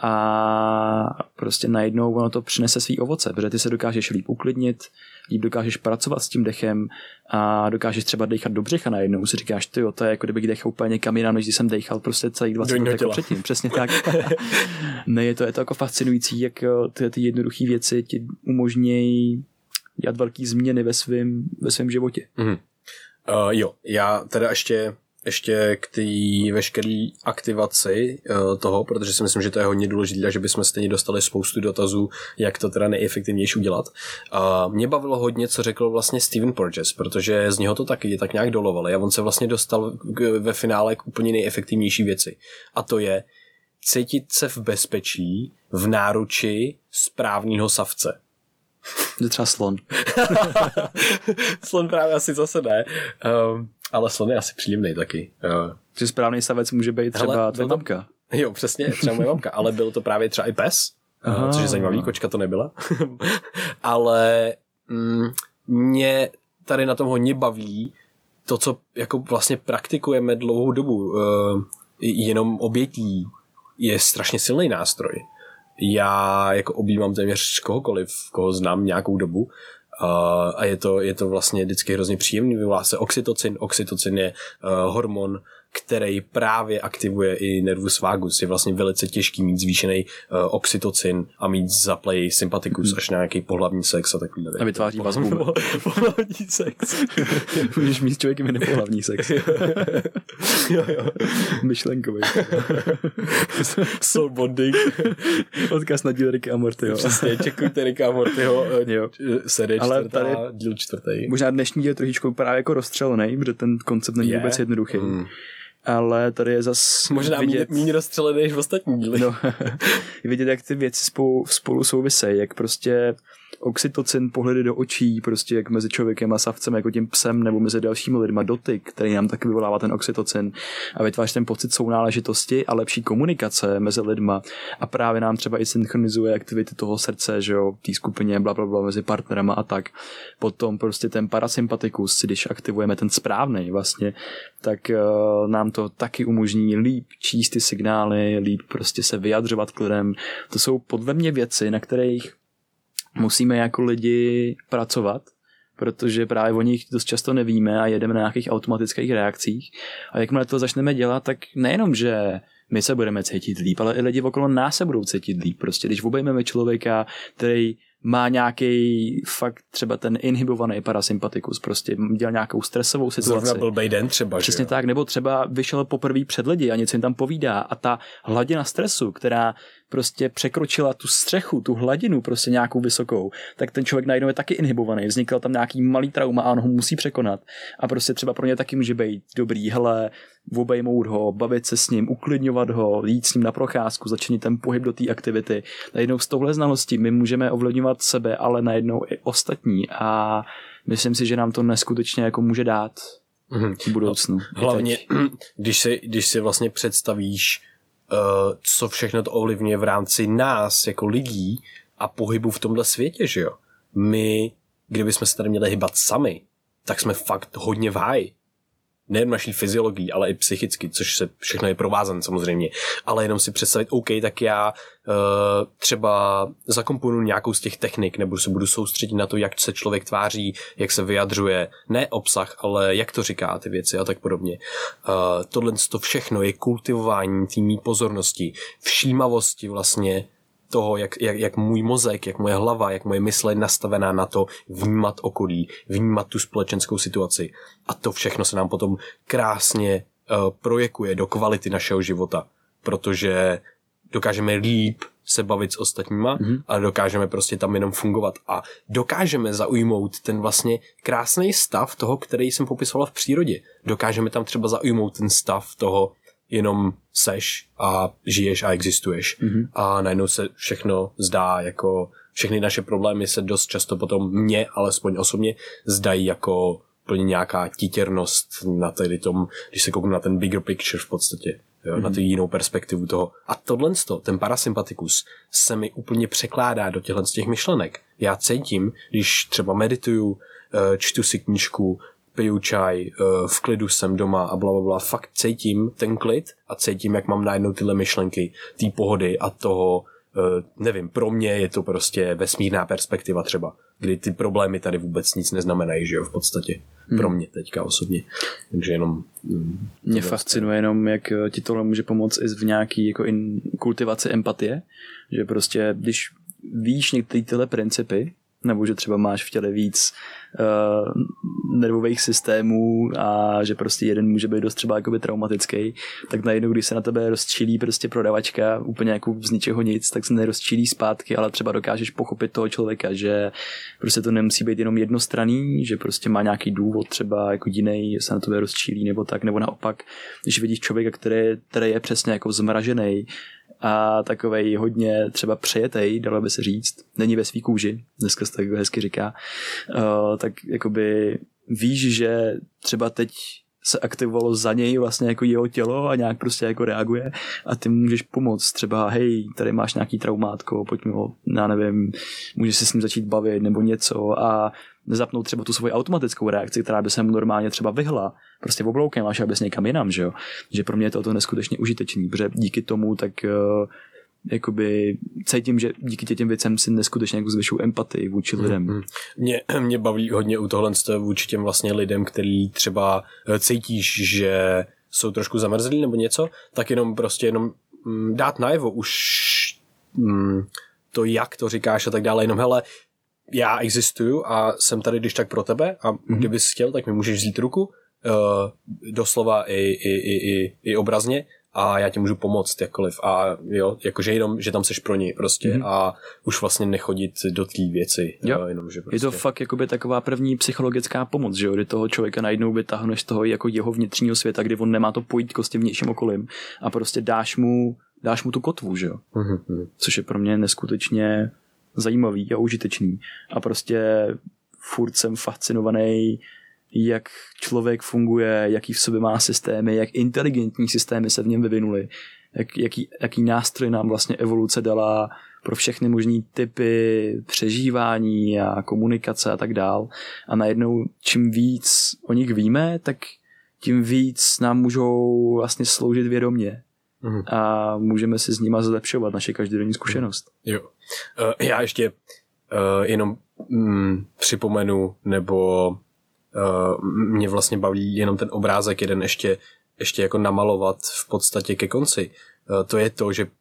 a prostě najednou ono to přinese svý ovoce, protože ty se dokážeš líp uklidnit, líp dokážeš pracovat s tím dechem a dokážeš třeba dechat do břicha najednou. Si říkáš, tyjo, to je jako kdybych dechal úplně někam jinam, než když jsem dechal prostě celých 20 minut jako předtím. Přesně tak. Ne, je to jako fascinující, jak ty jednoduché věci ti umožnějí dělat velký změny ve svém životě. Jo, já teda ještě k té veškeré aktivaci toho, protože si myslím, že to je hodně důležité, že bychom stejně dostali spoustu dotazů, jak to teda nejefektivnější udělat. Mě bavilo hodně, co řekl vlastně Stephen Porges, protože z něho to taky tak nějak dolovali a on se vlastně dostal ve finále k úplně nejefektivnější věci. A to je cítit se v bezpečí v náruči správného savce. To třeba slon. Slon právě asi zase ne. Ale slon je asi příjemný taky. Že správný savec může být třeba tvoje mamka. Jo, přesně, třeba moje mamka, ale byl to právě třeba i pes, což je zajímavý, kočka to nebyla. Ale mě tady na tom hodně baví to, co jako vlastně praktikujeme dlouhou dobu. Jenom obětí je strašně silný nástroj. Já jako objímám téměř kohokoliv, koho znám nějakou dobu a je to vlastně vždycky hrozně příjemný, vyvolá se oxytocin. Oxytocin je hormon, který právě aktivuje i nervus vagus. Je vlastně velice těžký mít zvýšený oxytocin a mít zaplej sympatikus až na nějaký pohlavní sex a takový. A vytváří vazbu. Pohlavní sex. Můžeš mít s člověkem jiný pohlavní sex. jo. Myšlenkový. Soul bonding. Odkaz na díl Ricka a Mortyho. Přesně, čekujte Ricka a Mortyho série 4. díl 4. Možná dnešní díl trošičku právě jako rozstřelený, protože ten koncept není vůbec jednoduchý. Ale tady je zas možná vidět... méně rozstřelený než v ostatní díly. No, vidět, jak ty věci spolu souvisejí, jak prostě oxytocin, pohledy do očí, prostě jak mezi člověkem a savcem, jako tím psem, nebo mezi dalšími lidma, dotyk, který nám taky vyvolává ten oxytocin a vytváří ten pocit sounáležitosti a lepší komunikace mezi lidma a právě nám třeba i synchronizuje aktivity toho srdce, že jo, v té skupině blablabla mezi partnerama a tak. Potom prostě ten parasympatikus, když aktivujeme ten správnej vlastně, tak nám to taky umožní líp číst ty signály, líp prostě se vyjadřovat k lidem. To jsou podle mě věci, na kterých musíme jako lidi pracovat, protože právě o nich dost často nevíme a jedeme na nějakých automatických reakcích. A jakmile to začneme dělat, tak nejenom, že my se budeme cítit líp, ale i lidi okolo nás se budou cítit líp. Prostě když obejmeme člověka, který má nějaký fakt třeba ten inhibovaný parasympatikus, prostě dělal nějakou stresovou situaci. Zrovna blbej den třeba. Přesně tak, nebo třeba vyšel poprvé před lidi a něco jim tam povídá a ta hladina stresu, která prostě překročila tu střechu, tu hladinu prostě nějakou vysokou, tak ten člověk najednou je taky inhibovaný, vznikl tam nějaký malý trauma a on ho musí překonat a prostě třeba pro ně taky může být dobrý, hele, obejmout ho, bavit se s ním, uklidňovat ho, jít s ním na procházku, začinit ten pohyb do té aktivity. Najednou z tohle znalostí my můžeme ovlivňovat sebe, ale najednou i ostatní a myslím si, že nám to neskutečně jako může dát v budoucnu. Hlavně, když si vlastně představíš, co všechno to ovlivňuje v rámci nás jako lidí a pohybu v tomhle světě, že jo. My, kdybychom se tady měli hybat sami, tak jsme fakt hodně v háji. nejen naší fyziologii, ale i psychicky, což se všechno je provázané samozřejmě, ale jenom si představit, OK, tak já třeba zakomponuji nějakou z těch technik, nebo se budu soustředit na to, jak se člověk tváří, jak se vyjadřuje, ne obsah, ale jak to říká ty věci a tak podobně. Tohle to všechno je kultivování té mý pozornosti, všímavosti vlastně toho, jak můj mozek, jak moje hlava, jak moje mysl je nastavená na to vnímat okolí, vnímat tu společenskou situaci. A to všechno se nám potom krásně projekuje do kvality našeho života, protože dokážeme líp se bavit s ostatníma a dokážeme prostě tam jenom fungovat a dokážeme zaujmout ten vlastně krásný stav toho, který jsem popisoval v přírodě. Dokážeme tam třeba zaujmout ten stav toho, jenom seš a žiješ a existuješ. A najednou se všechno zdá jako, všechny naše problémy se dost často potom mně, alespoň osobně, zdají jako plně nějaká titěrnost na tady tom, když se kouknu na ten bigger picture v podstatě, jo, na tu jinou perspektivu toho. A tohle, ten parasympatikus, se mi úplně překládá do těchto z těch myšlenek. Já cítím, když třeba medituju, čtu si knížku, piju čaj, v klidu jsem doma a blablabla, fakt cítím ten klid a cítím, jak mám najednou tyhle myšlenky, té pohody a toho, nevím, pro mě je to prostě vesmírná perspektiva třeba, kdy ty problémy tady vůbec nic neznamenají, že jo, v podstatě. Pro mě teďka osobně. Takže jenom... Mě fascinuje jenom, jak ti tohle může pomoct i v nějaký jako kultivaci empatie, že prostě, když víš některé tyhle principy, nebo že třeba máš v těle víc nervových systémů a že prostě jeden může být dost třeba jakoby traumatický, tak najednou, když se na tebe rozčílí prostě prodavačka úplně jako z ničeho nic, tak se nerozčílí zpátky, ale třeba dokážeš pochopit toho člověka, že prostě to nemusí být jenom jednostranný, že prostě má nějaký důvod třeba jako jiný, že se na tebe rozčílí nebo tak, nebo naopak, když vidíš člověka, který je přesně jako zmražený a takovej hodně třeba přejetej, dalo by se říct, není ve svý kůži, dneska se tak hezky říká, tak jakoby víš, že třeba teď se aktivovalo za něj vlastně jako jeho tělo a nějak prostě jako reaguje a ty můžeš pomoct, třeba hej, tady máš nějaký traumátko, pojďme ho, já nevím, můžeš se s ním začít bavit nebo něco a nezapnout třeba tu svoji automatickou reakci, která by se mu normálně třeba vyhla, prostě obloukem až abys někam jinam, že jo, že pro mě je to neskutečně užitečný, protože díky tomu tak jakoby cítím, že díky těm věcem si neskutečně jako zvyšuju empatii vůči lidem. Mě baví hodně u tohle vůči těm vlastně lidem, který třeba cítíš, že jsou trošku zamrzlí nebo něco, tak jenom prostě jenom dát najevo už to, jak to říkáš a tak dále, jenom hele, já existuju a jsem tady když tak pro tebe a kdybys chtěl, tak mi můžeš vzít ruku, doslova i obrazně a já ti můžu pomoct jakkoliv a jo, jakože jenom, že tam seš pro něj prostě a už vlastně nechodit do té věci. Jo. Jenom, že prostě... Je to fakt jakoby taková první psychologická pomoc, že jo, kdy toho člověka najednou vytáhneš z toho jako jeho vnitřního světa, kdy on nemá to pojítko s tím vnějším okolím a prostě dáš mu tu kotvu, že jo. Což je pro mě neskutečně zajímavý a užitečný a prostě furt jsem fascinovaný, jak člověk funguje, jaký v sobě má systémy, jak inteligentní systémy se v něm vyvinuly, jaký nástroj nám vlastně evoluce dala pro všechny možný typy přežívání a komunikace a tak dál. A najednou čím víc o nich víme, tak tím víc nám můžou vlastně sloužit vědomě. A můžeme si s nima zlepšovat naše každodenní zkušenost. Jo. Já ještě jenom připomenu, nebo mě vlastně baví jenom ten obrázek jeden ještě jako namalovat v podstatě ke konci. To je to, že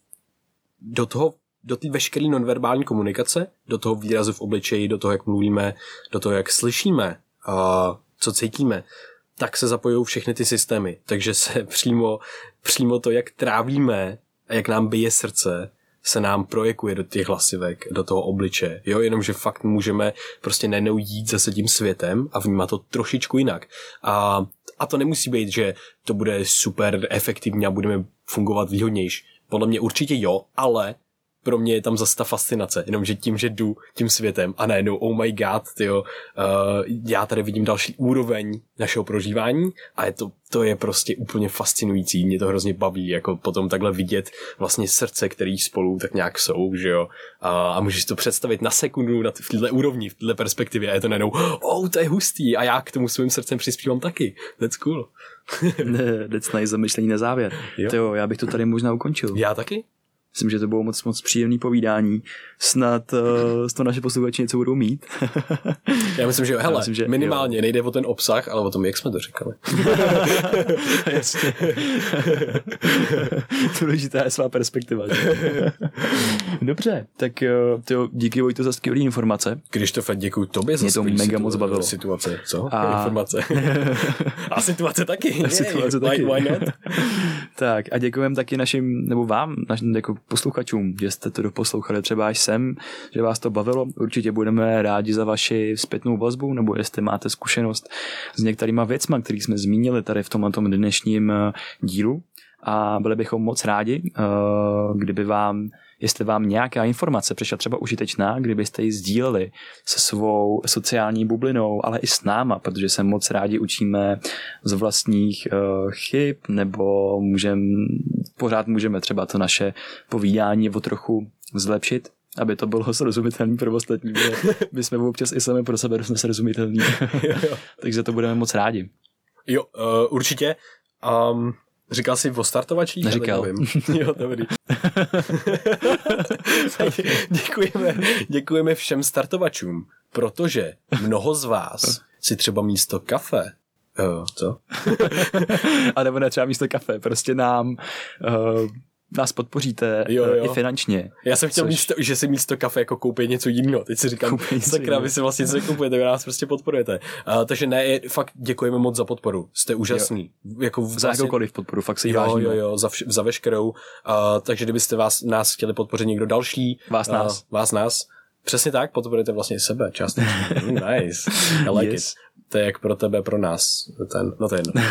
do té veškeré nonverbální komunikace, do toho výrazu v obličeji, do toho, jak mluvíme, do toho, jak slyšíme, co cítíme, tak se zapojují všechny ty systémy. Takže se přímo to, jak trávíme a jak nám bije srdce, se nám projekuje do těch hlasivek, do toho obliče. Jo, jenomže fakt můžeme prostě najednou jít zase tím světem a vnímat to trošičku jinak. A to nemusí být, že to bude super efektivní a budeme fungovat výhodnější. Podle mě určitě jo, ale pro mě je tam zase ta fascinace, jenomže tím, že jdu tím světem a najednou, oh my god, tyjo, já tady vidím další úroveň našeho prožívání a to je prostě úplně fascinující, mě to hrozně baví, jako potom takhle vidět vlastně srdce, který spolu tak nějak jsou, že jo, a můžeš to představit na sekundu v této úrovni, v této perspektivě a je to najednou, to je hustý a já k tomu svým srdcem přispívám taky, that's cool. That's nice zamyšlení na závěr. Jo, já bych to tady možná ukončil. Já taky? Myslím, že to bylo moc příjemný povídání. Snad to naše posluchači něco budou mít. Já myslím, že jo. Hele, minimálně nejde o ten obsah, ale o tom, jak jsme to říkali. Jasně. Důležitá je svá perspektiva. Dobře, tak díky Vojto za skvělý informace. Krištofe, děkuji tobě za skvělý mega moc bavilo. Situace. Co? Informace. A situace taky. Situace taky. Why not? Tak a děkujeme taky vám, jako posluchačům, že jste to doposlouchali třeba až sem, že vás to bavilo. Určitě budeme rádi za vaši zpětnou vazbu, nebo jestli máte zkušenost s některýma věcma, který jsme zmínili tady v tomto dnešním dílu. A byli bychom moc rádi, jestli vám nějaká informace přišla třeba užitečná, kdybyste ji sdíleli se svou sociální bublinou, ale i s náma, protože se moc rádi učíme z vlastních chyb, nebo pořád můžeme třeba to naše povídání o trochu zlepšit, aby to bylo srozumitelné pro ostatní. My jsme občas i sami pro sebe dost srozumitelní. Takže to budeme moc rádi. Jo, určitě. Říkal jsi o startovačích? Neříkal. Jo, dobrý. Děkujeme všem startovačům, protože mnoho z vás si třeba místo kafe co? A nebo ne třeba místo kafe, prostě nás podpoříte i finančně. Já jsem chtěl že si místo kafe jako koupit něco jiného. Teď si říkám, sakra, vy si vlastně něco kupujete, vy nás prostě podporujete. Takže ne, fakt děkujeme moc za podporu. Jste úžasný. Jako vlastně, za jakoukoliv podporu, fakt si ji vážíme. Jo, za veškerou. Takže kdybyste nás chtěli podpořit někdo další. Vás nás. Přesně tak, podporujete vlastně sebe částečně. Nice. I like it. To je jak pro tebe, pro nás. To je jedno.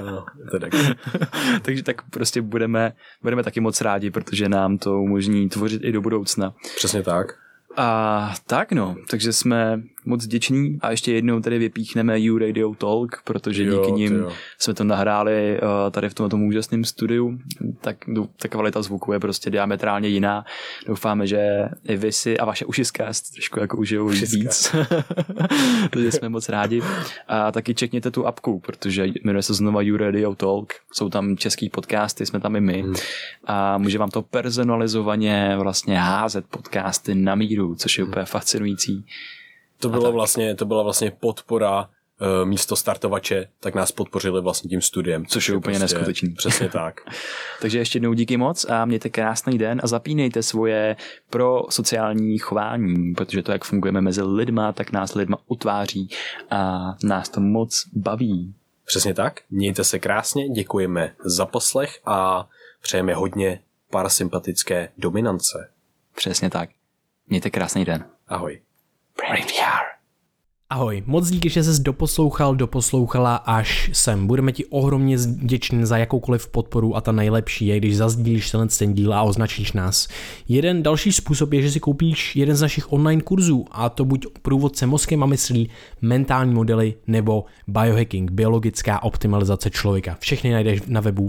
Takže tak prostě budeme taky moc rádi, protože nám to umožní tvořit i do budoucna. Přesně tak. A tak takže jsme moc vděční a ještě jednou tady vypíchneme You Radio Talk, protože díky nim jsme to nahráli tady v tomto úžasném studiu, tak ta kvalita zvuku je prostě diametrálně jiná. Doufáme, že i vy si a vaše ušiska trošku jako užijou víc. Takže jsme moc rádi. A taky čekněte tu apku, protože jmenuje se znova You Radio Talk, jsou tam český podcasty, jsme tam i my a může vám to personalizovaně vlastně házet podcasty na míru, což je úplně fascinující. To byla vlastně podpora místo startovače, tak nás podpořili vlastně tím studiem. Což je úplně neskutečný. Přesně tak. Takže ještě jednou díky moc a mějte krásný den a zapínejte svoje pro sociální chování, protože to, jak fungujeme mezi lidma, tak nás lidma utváří a nás to moc baví. Přesně tak. Mějte se krásně, děkujeme za poslech a přejeme hodně parasympatické dominance. Přesně tak. Mějte krásný den. Ahoj. Brain VR. Ahoj, moc díky, že jsi doposlouchala až sem. Budeme ti ohromně vděční za jakoukoliv podporu a ta nejlepší je, když zazdílíš ten díl a označíš nás. Jeden další způsob je, že si koupíš jeden z našich online kurzů a to buď průvodce mozkem a myslí, mentální modely nebo biohacking, biologická optimalizace člověka. Všechny najdeš na webu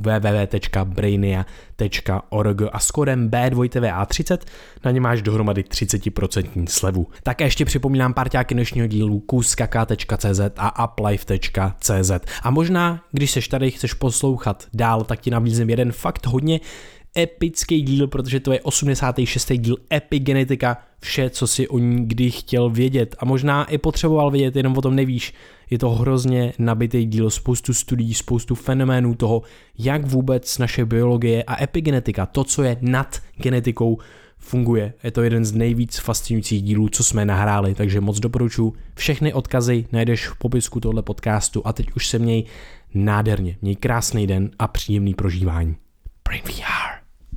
www.brainia.org a s kódem B2TVA30 na ně máš dohromady 30% slevu. Také ještě připomínám parťáky dnešního dílu kuskaka.cz a uplife.cz. A možná, když seš tady, chceš poslouchat dál, tak ti nabízím jeden fakt hodně epický díl, protože to je 86. díl Epigenetika, vše, co si o ní kdy chtěl vědět a možná i potřeboval vědět, jenom o tom nevíš. Je to hrozně nabitý díl, spoustu studií, spoustu fenoménů toho, jak vůbec naše biologie a epigenetika, to, co je nad genetikou, funguje. Je to jeden z nejvíc fascinujících dílů, co jsme nahráli, takže moc doporučuji. Všechny odkazy najdeš v popisku tohle podcastu a teď už se měj nádherně. Měj krásný den a příjemný prožívání. Brain VR.